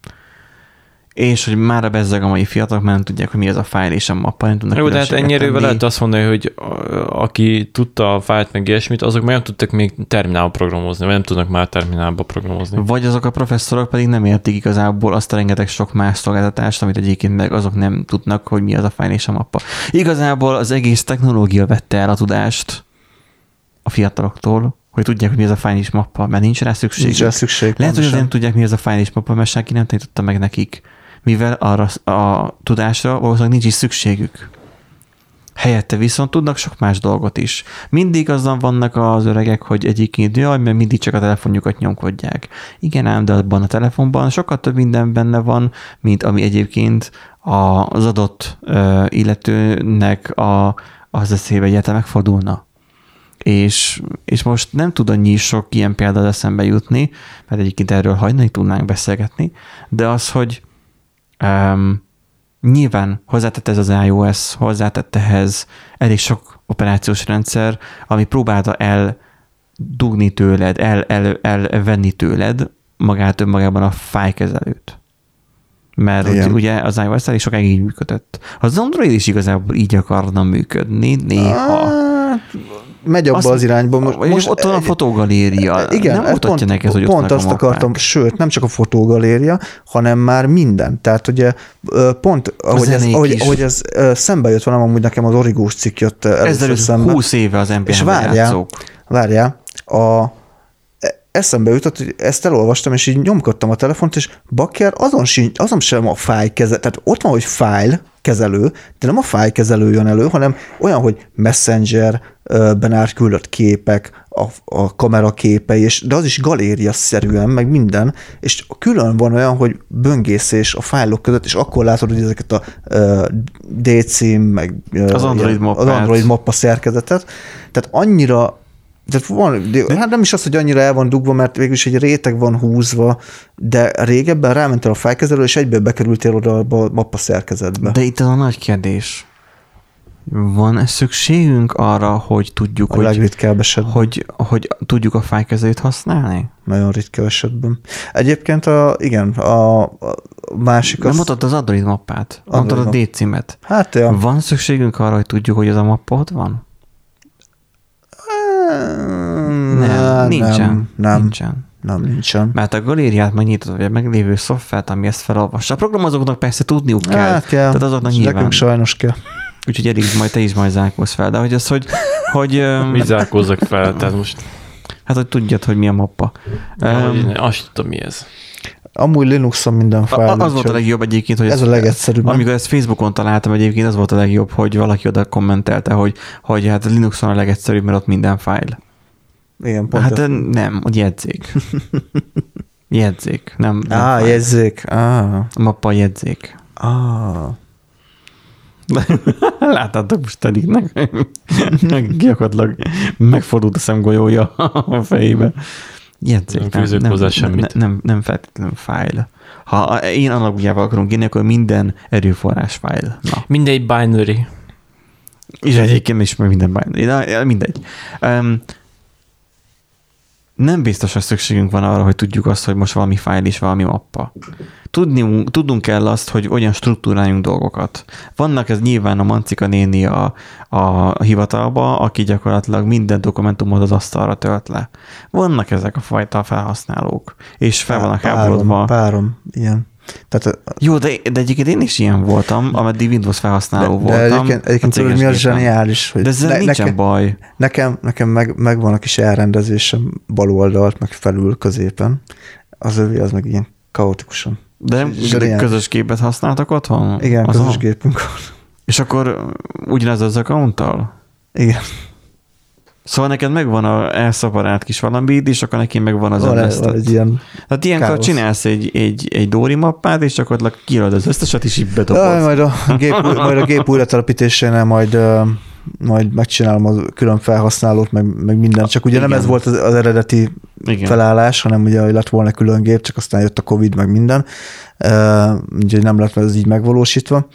És hogy már bezzeg a mai fiatalok, mert nem tudják, hogy mi ez a fájl és a mappa, nem tudnak. Jó, de hát ennyire lehet azt mondani, hogy aki tudta a fájlt meg ilyesmit, azok már nem tudtak még terminálba programozni, vagy nem tudnak már terminálba programozni. Vagy azok a professzorok pedig nem értik igazából azt a rengeteg sok más szolgáltatást, amit egyébként meg azok nem tudnak, hogy mi az a fájl és a mappa. Igazából az egész technológia vette el a tudást a fiataloktól, hogy tudják, hogy mi ez a fájl és mappa, mert nincs rá szükség. Nincs rá szükség. Lehet, hogy nem tudják, mi ez a fájl és mappa, mert senki nem tanította meg nekik. Mivel arra a tudásra valószínűleg nincs is szükségük. Helyette viszont tudnak sok más dolgot is. Mindig azon vannak az öregek, hogy egyébként jaj, mert mindig csak a telefonjukat nyomkodják. Igen ám, de abban a telefonban sokkal több minden benne van, mint ami egyébként az adott illetőnek az eszébe egyáltalán megfordulna. És most nem tud annyi sok ilyen példát eszembe jutni, mert egyébként erről hajnali tudnánk beszélgetni, de az, hogy Nyilván hozzátett ez az iOS, hozzátett ehhez elég sok operációs rendszer, ami próbálta eldugni tőled, elvenni tőled magát önmagában a fájlkezelőt. Mert ugye az iOS elég sokáig így működött. Az Android is igazából így akarna működni néha. Megy abba az irányba. Most ott van a fotógaléria. Igen, nem mutatja neked, hogy pont azt akartam, sőt, nem csak a fotógaléria, hanem már minden. Tehát ugye pont, ahogy ez szembe jött velem, amúgy nekem az Origós cikk jött először szembe. 20 éve az NPM-ben játszók. Várjál, eszembe jutott, hogy ezt elolvastam, és így nyomkodtam a telefont, és bakker, azon sem a fájlkezelő, tehát ott van, hogy fájlkezelő, de nem a fájlkezelő jön elő, hanem olyan, hogy Messengerben átküldött képek, a kamera képei, de az is galéria-szerűen, meg minden, és külön van olyan, hogy böngészés a fájlok között, és akkor látod, hogy ezeket a D-cím, meg az Android mappa szerkezetet, tehát annyira. Tehát van, hát nem is az, hogy annyira el van dugva, mert végülis egy réteg van húzva, de régebben rámentél a fájlkezelő, és egyből bekerültél oda a mappa szerkezetbe. De itt az a nagy kérdés. Van szükségünk arra, hogy tudjuk, hogy tudjuk a fájlkezelőt használni? Nagyon ritka esetben. Egyébként a másik nem mondtad az Android mappát, mondtad a D-címet. Hát ja. Van szükségünk arra, hogy tudjuk, hogy az a mappa ott van? Nincsen. Mert a galériát megnyitod, vagy meglévő szoftvert, ami ezt felolvassa. A programozóknak persze tudniuk kell. Hát kell. Tehát azoknak nyilván. Nekünk sajnos kell. Úgyhogy elég, te is majd zárkózz fel. De hogy az, hogy mit zárkózzak fel? Tehát most... Hát, hogy tudjad, hogy mi a mappa. Azt tudom, mi ez. Amúgy Linuxon minden fájl. Az volt a legjobb egyébként, hogy ez a legegyszerűbb. Amikor ezt Facebookon találtam egyébként, az volt a legjobb, hogy valaki oda kommentelte, hogy hát Linuxon a legegyszerűbb, mert ott minden fájl. Igen, pont. Hát nem, hogy jegyzék. Jegyzék, nem fájl. Jegyzék. A mappa jegyzék. Láttátok most Ediknek? Gyakorlatilag megfordult a szemgolyója a fejébe. Jegyzék, nem feltétlenül fájl. Ha én analógiával akarunk írni, akkor minden erőforrás fájl. Mindegy binary. És egyébként is minden binary. Mindegy. Nem biztos, hogy szükségünk van arra, hogy tudjuk azt, hogy most valami fájl és valami mappa. Tudnunk kell azt, hogy olyan struktúráljunk dolgokat. Vannak ez nyilván a Mancika néni a hivatalba, aki gyakorlatilag minden dokumentumot az asztalra tölt le. Vannak ezek a fajta felhasználók, és fel vannak háborodva. Párom, ilyen. Tehát, jó, de egyébként én is ilyen voltam, ameddig Windows felhasználó voltam. Egyébként tudod, mi az zseniális? Hogy de ezzel nincsen baj. Nekem megvan a kis elrendezésem bal oldalt, meg felül középen. Az övé az meg ilyen kaotikusan. De nem közös gépet használtak otthon? Igen, közös gépünk van. És akkor ugyanez az accounttal? Igen. Szóval neked megvan a elszaporált kis valamit, és akkor neki megvan az egy ilyen tehát ilyenkor csinálsz egy Dóri mappát, és akkor kiírod az összeset, és így bedobod. Majd a gép újratelepítésénél majd megcsinálom a külön felhasználót, meg minden. Csak ugye nem ez volt az eredeti felállás, hanem ugye lett volna külön gép, csak aztán jött a Covid, meg minden. Úgyhogy nem lett ez így megvalósítva.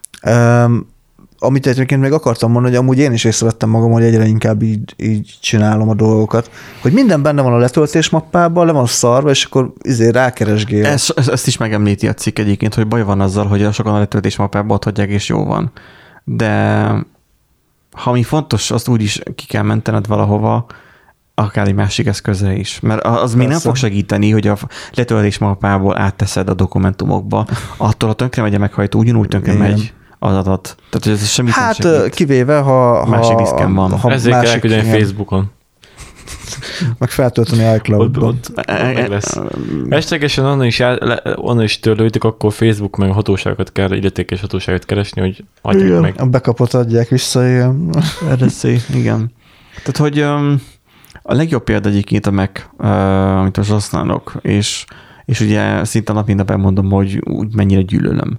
Amit egyébként még akartam mondani, hogy amúgy én is észrevettem magam, hogy egyre inkább így csinálom a dolgokat, hogy minden benne van a letöltés mappában, le van szarva, és akkor rákeresgél. Ezt is megemlíti a cikk egyébként, hogy baj van azzal, hogy sokan a letöltés mappában ott hagyják, és jó van. De ha mi fontos, azt úgy is ki kell mentened valahova, akár egy másik eszközre is. Mert az még nem fog segíteni, hogy a letöltés mappából átteszed a dokumentumokba. Attól a tönkre megy a meghajtó, ugyanúgy tönkre megy az adat. Tehát, hogy ez semmit nem segít. Kivéve, ha másik diszken van. Ezért kell elküldeni Facebookon. Meg feltölteni iCloud-ban. Meg lesz. Esetlegesen onnan is törlődik, akkor Facebook meg a hatóságokat kell, illetékes hatóságot keresni, hogy adják meg. A backupot adják vissza, igen. RSC, igen. Tehát, hogy a legjobb példa egyébként a Mac, amit most használok, és ugye szinte nap mint nap elmondom, hogy úgy mennyire gyűlölöm.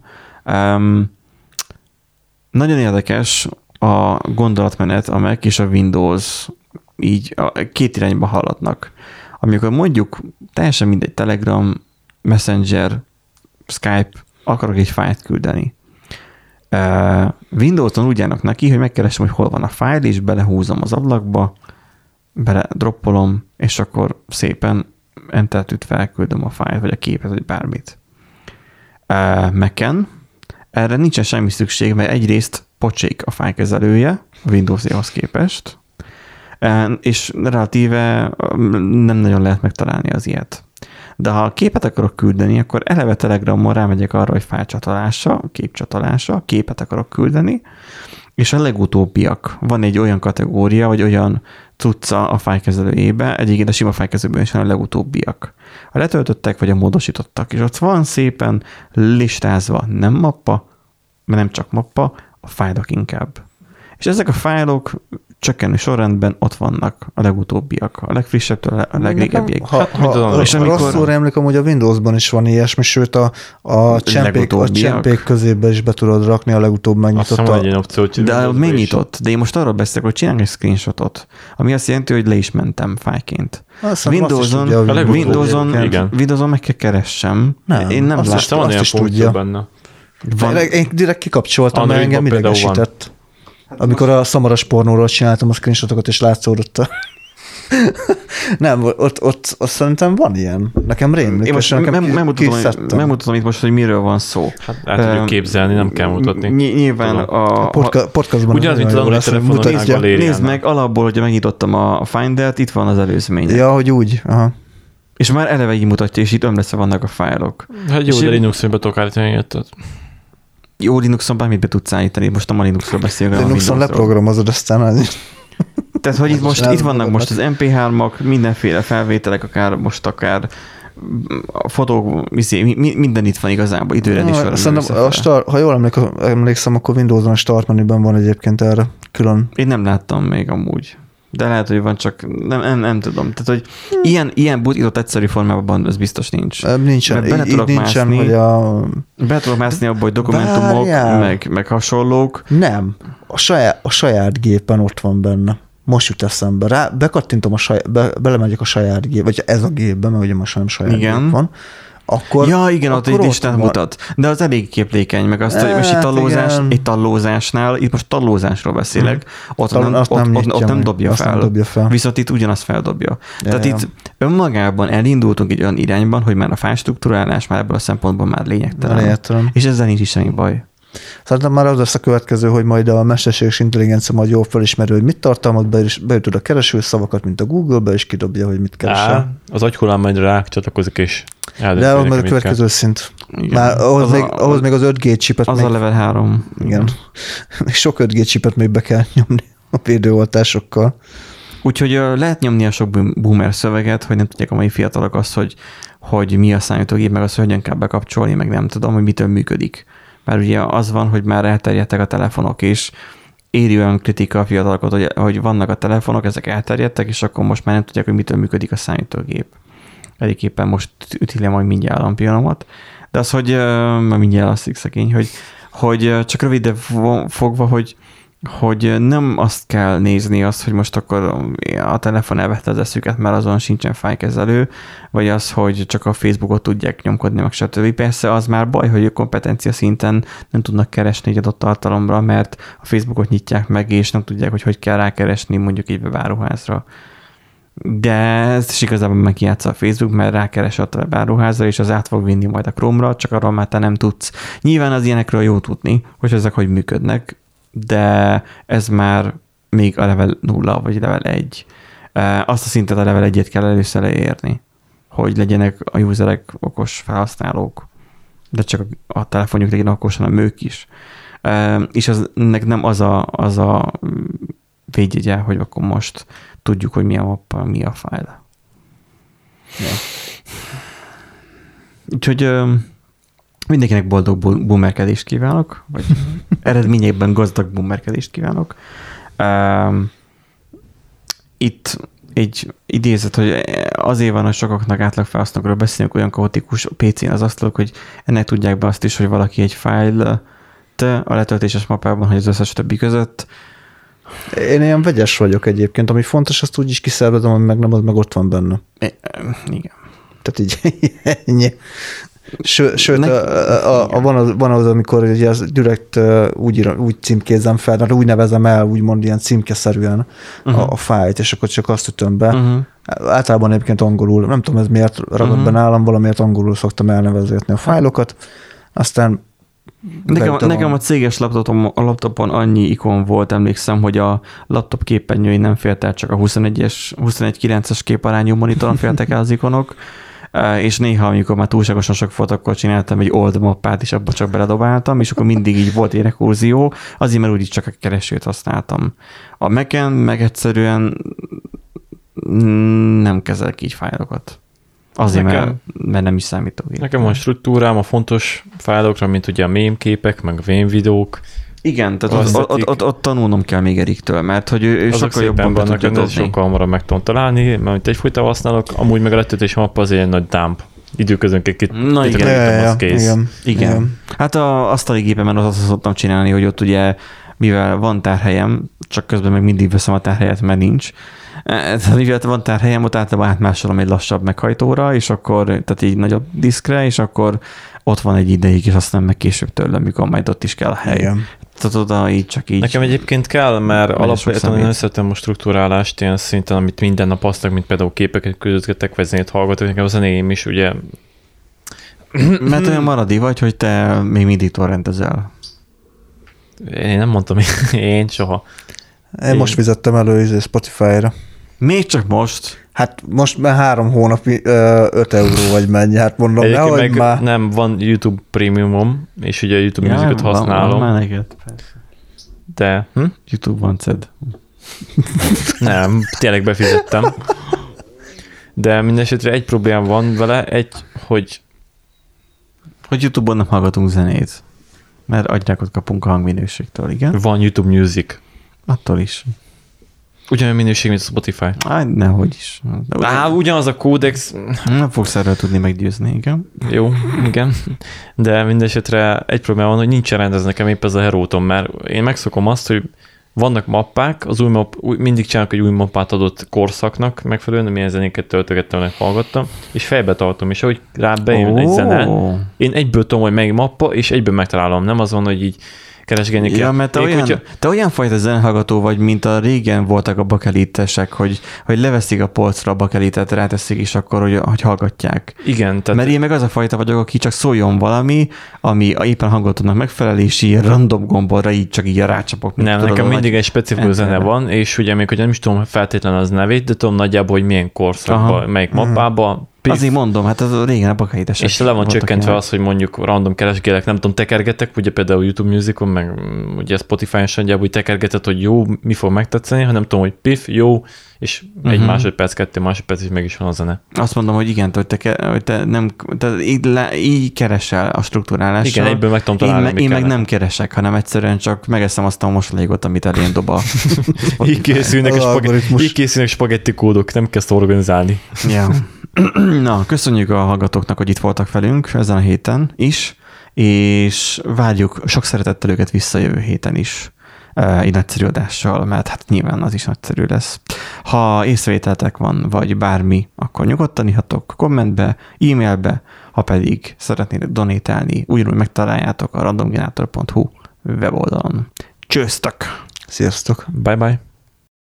Nagyon érdekes a gondolatmenet, a Mac és a Windows így két irányba haladnak. Amikor mondjuk teljesen mindegy Telegram, Messenger, Skype, akarok egy fájlt küldeni. Windows-on úgy állnak neki, hogy megkeresem, hogy hol van a fájl, és belehúzom az ablakba, beledroppolom, és akkor szépen Enter-t ütve elküldöm a fájlt, vagy a képet, vagy bármit. Mac-en erre nincsen semmi szükség, mert egyrészt pocsék a fájlkezelője a Windows-hoz képest, és relatíve nem nagyon lehet megtalálni az ilyet. De ha képet akarok küldeni, akkor eleve Telegramon rámegyek arra, hogy fájlcsatolása, képcsatolása, képet akarok küldeni, és a legutóbbiak. Van egy olyan kategória, vagy olyan cucca a fájlkezelőjébe, egyébként a sima fájlkezelőben is van a legutóbbiak. A letöltöttek, vagy a módosítottak, és ott van szépen listázva nem mappa, mert nem csak mappa, a fájlok inkább. És ezek a fájlok csökkenő sorrendben ott vannak a legutóbbiak, a legfrissebbtől a legrégebbiek. Rosszul emlékszem, hogy a Windowsban is van ilyesmi, sőt a csempék közébe is be tudod rakni a legutóbb megnyitott. De megnyitott. De én most arról beszélek, hogy csinálj egy screenshotot, ami azt jelenti, hogy le is mentem fájlként. Windowson meg kell keressem. Én nem láttam, azt is tudja benne. Én direkt kikapcsoltam, mert engem idegesített. Amikor a szamaras pornóról csináltam a screenshotokat, és látszódott Nem, ott szerintem van ilyen. Nekem rémlik. Én most megmutatom itt most, hogy miről van szó. Hát el tudjuk képzelni, nem kell mutatni. Nyilván a podcastban ugyanaz, mint az Android telefonon. Nézd meg, alapból, hogyha megnyitottam a Finder-t, itt van az előzmény. Ja, hogy úgy. Aha. És már eleve így mutatja, és itt ömleszve vannak a fájlok. Hát jó, de Linux-on be tudok állítani ilyet. Jó, Linuxon bármit be tudsz állítani, most nem a Linuxról beszélünk. Linuxon leprogramozod, aztán Tehát, hogy itt vannak most az MP3-ak, mindenféle felvételek, akár a fotók, minden itt van igazából, időre is. Ha jól emlékszem, akkor Windows-on a Start menüben van egyébként erre külön. Én nem láttam még amúgy. De lehet, hogy van, csak nem tudom. Tehát, hogy ilyen bootított egyszerű formában ez biztos nincs. Nincsen, be tudok mászni abba, hogy dokumentumok, meg hasonlók. Nem. A saját gépen ott van benne. Most jut eszembe. Bekattintom belemegyek a saját gép, vagy ez a gépbe, mert ugye most nem saját gép van. Akkor, ja, igen, ott egy listát mutat. De az elég képlékeny, meg azt, hogy most itt tallózásnál, itt most tallózásról beszélek, ott nem dobja fel. Viszont itt ugyanazt feldobja. Tehát itt önmagában elindultunk egy olyan irányban, hogy már a fájlstruktúrálás már ebből a szempontból már lényegtelen. És ezzel nincs is semmi baj. Szerintem már az lesz a következő, hogy majd a mesterséges intelligencia majd jól felismerő, hogy mit tartalmaz, beütöd a keresőszavakat, mint a Google-be, és kidobja, hogy mit keresel. Az agyhullám majd rá csatlakozik, és de ahhoz majd a következő szint. Már ahhoz még az 5G chipet. Az a level 3. Igen. Sok 5G chipet még be kell nyomni a védőoltásokkal. Úgyhogy lehet nyomni a sok boomer szöveget, hogy nem tudják a mai fiatalok azt, hogy mi a számítógép, meg azt, hogy hogyan kell bekapcsolni, meg nem tudom, hogy mitől működik. Mert ugye az van, hogy már elterjedtek a telefonok, és éri olyan kritika a fiatalokat, hogy vannak a telefonok, ezek elterjedtek, és akkor most már nem tudják, hogy mitől működik a számítógép. Egyébként most üti le majd mindjárt a lampionomat. De az, hogy mindjárt alszik szegény, hogy csak röviden fogva, hogy nem azt kell nézni azt, hogy most akkor a telefon elvette az eszüket, mert azon sincsen fájlkezelő, vagy az, hogy csak a Facebookot tudják nyomkodni, meg stb. Persze az már baj, hogy a kompetencia szinten nem tudnak keresni egy adott tartalomra, mert a Facebookot nyitják meg, és nem tudják, hogy kell rákeresni mondjuk egy webáruházra. De ez is igazából megkijátsza a Facebook, mert rákeres a webáruházra, és az át fog vinni majd a Chrome-ra, csak arról már te nem tudsz. Nyilván az ilyenekről jó tudni, hogy ezek hogy működnek, de ez már még a level 0 vagy level 1. Azt a szintet a level 1-et kell először elérni, hogy legyenek a userek okos felhasználók, de csak a telefonjuk legyen okos, hanem ők is. És ennek nem az a védjegye, hogy akkor most tudjuk, hogy mi a mappa, mi a fájl. Ja. Úgyhogy mindenkinek boldog boomerkedést kívánok, vagy eredményekben gazdag boomerkedést kívánok. Itt egy idézet, hogy azért van, hogy sokaknak átlagfelhasználókról beszélünk, olyan kaotikus PC-n az asztalok, hogy ennek tudják be azt is, hogy valaki egy fájlt a letöltéses mappában, hogy az összes többi között. Én ilyen vegyes vagyok egyébként, ami fontos, azt úgy is kiszervezem, ami meg nem, az meg ott van benne. Igen. Tehát így ennyi. Sőt, van az, amikor ugye ez direkt úgy címkézzem fel, de úgy nevezem el, úgymond ilyen címkeszerűen a fájlt, és akkor csak azt ütöm be. Általában egyébként angolul, nem tudom ez miért ragad be nálam, valamiért angolul szoktam elnevezetni a fájlokat, aztán Nekem a céges laptopon annyi ikon volt, emlékszem, hogy a laptop képernyői nem fért el, csak a 21:9-es képarányú monitoron fértek el az ikonok, és néha, amikor már túlságosan sok volt, akkor csináltam egy old mappát, és abba csak beledobáltam, és akkor mindig így volt egy rekurzió, azért, mert úgyis csak a keresőt használtam. A Mac-en meg egyszerűen nem kezelek így fájlokat. Azért, mert nem is számítógép. Nekem van struktúrám a fontos fájlokra, mint ugye a mém képek, meg a vén videók. Igen, tehát ott tanulnom kell még Eriktől, mert hogy ő sokkal jobban be tudja dobni. Sokkal hamarabb meg tudom találni, mert egyfolytában használok, amúgy meg a letöltés mappa azért egy nagy dump. Időközönként Igen. Hát a asztali gépemen azt szoktam csinálni, hogy ott ugye, mivel van tárhelyem, csak közben meg mindig veszem a tárhelyet, mert nincs. Mivel van tárhelyem, ott általában átmásolom egy lassabb meghajtóra, és akkor, tehát így nagyobb diszkre, és akkor ott van egy ideig, és aztán meg később tőlem, mikor majd ott is kell a hely. Igen. Tehát oda így csak így. Nekem egyébként kell, mert alapvetően én szeretem a struktúrálást ilyen szinten, amit minden nap hasznak, mint például képeket közöttetek, vagy zenét hallgatok, nekem a zenéim is, ugye. Mert olyan maradi vagy, hogy te még mindig torrentezel. Én nem mondtam, én soha. Én most fizettem elő Spotify-ra. Még csak most? Hát most már 3 hónapi 5 euró vagy mennyi, hát mondom, nehogy már. Nem, van YouTube Premiumom, és ugye a YouTube Musicot használom. Van neked, persze. De? YouTube van ced. Nem, tényleg befizettem. De mindesetre egy probléma van vele, hogy YouTube-on nem hallgatunk zenét. Mert agyrákot kapunk a hangminőségtől, igen? Van YouTube Music. Attól is. Ugyanolyan minőség, mint a Spotify. Nehogy is. Ugyanaz a kódex. Nem fogsz erről tudni meggyőzni, igen. Jó, igen. De mindesetre egy probléma van, hogy nincsen rendez nekem épp ez a Heróton, mert én megszokom azt, hogy vannak mappák, az mindig csinálok egy új mappát adott korszaknak megfelelően, milyen zenéket töltögettem, meg hallgattam, és fejbe tartom, és ahogy rá bejön egy zene, én egyből tudom, hogy melyik mappa, és egyből megtalálom. Nem az van, hogy így keresgélni kell. Ja, mert te olyan fajta zenehallgató vagy, mint a régen voltak a bakelitesek, hogy leveszik a polcra a bakelitet, ráteszik, és akkor, hogy hallgatják. Igen. Tehát... Mert én meg az a fajta vagyok, aki csak szóljon valami, ami éppen hangot tudnak megfelelni, és ilyen random gombolra így csak így rácsapok. Nem, tudod, nekem mindig egy specifikus zene van, és ugye még, hogy nem is tudom feltétlenül az nevét, de tudom nagyjából, hogy milyen korszakban, melyik mappában. Azért mondom, hát az régen a bakelitesek. És le van csökkentve az, hogy mondjuk random keresgélek, nem tudom, tekergetek, ugye például YouTube Musicon, meg ugye Spotify-on sem nagyjából, hogy tekergeted, hogy jó, mi fog megtetszeni, hanem tudom, hogy pif, jó, és egy másodperc, 2 másodperc, és meg is van a zene. Azt mondom, hogy igen, hogy te nem, így keresel a struktúrálással. Igen, egyből meg tudom találni. Én meg nem keresek, hanem egyszerűen csak megeszem azt a mosolygot, amit elén dob a így készülnek spagetti kódok, nem kezd organizálni. Ja. Na, köszönjük a hallgatóknak, hogy itt voltak velünk ezen a héten is, és várjuk sok szeretettel őket vissza jövő héten is egy nagyszerű adással, mert hát nyilván az is nagyszerű lesz. Ha észrevételtek van, vagy bármi, akkor nyugodtan írhatok kommentbe, e-mailbe, ha pedig szeretnétek donétálni, ugyanúgy megtaláljátok a randomgenerator.hu weboldalon. Csőztök! Sziasztok! Bye-bye!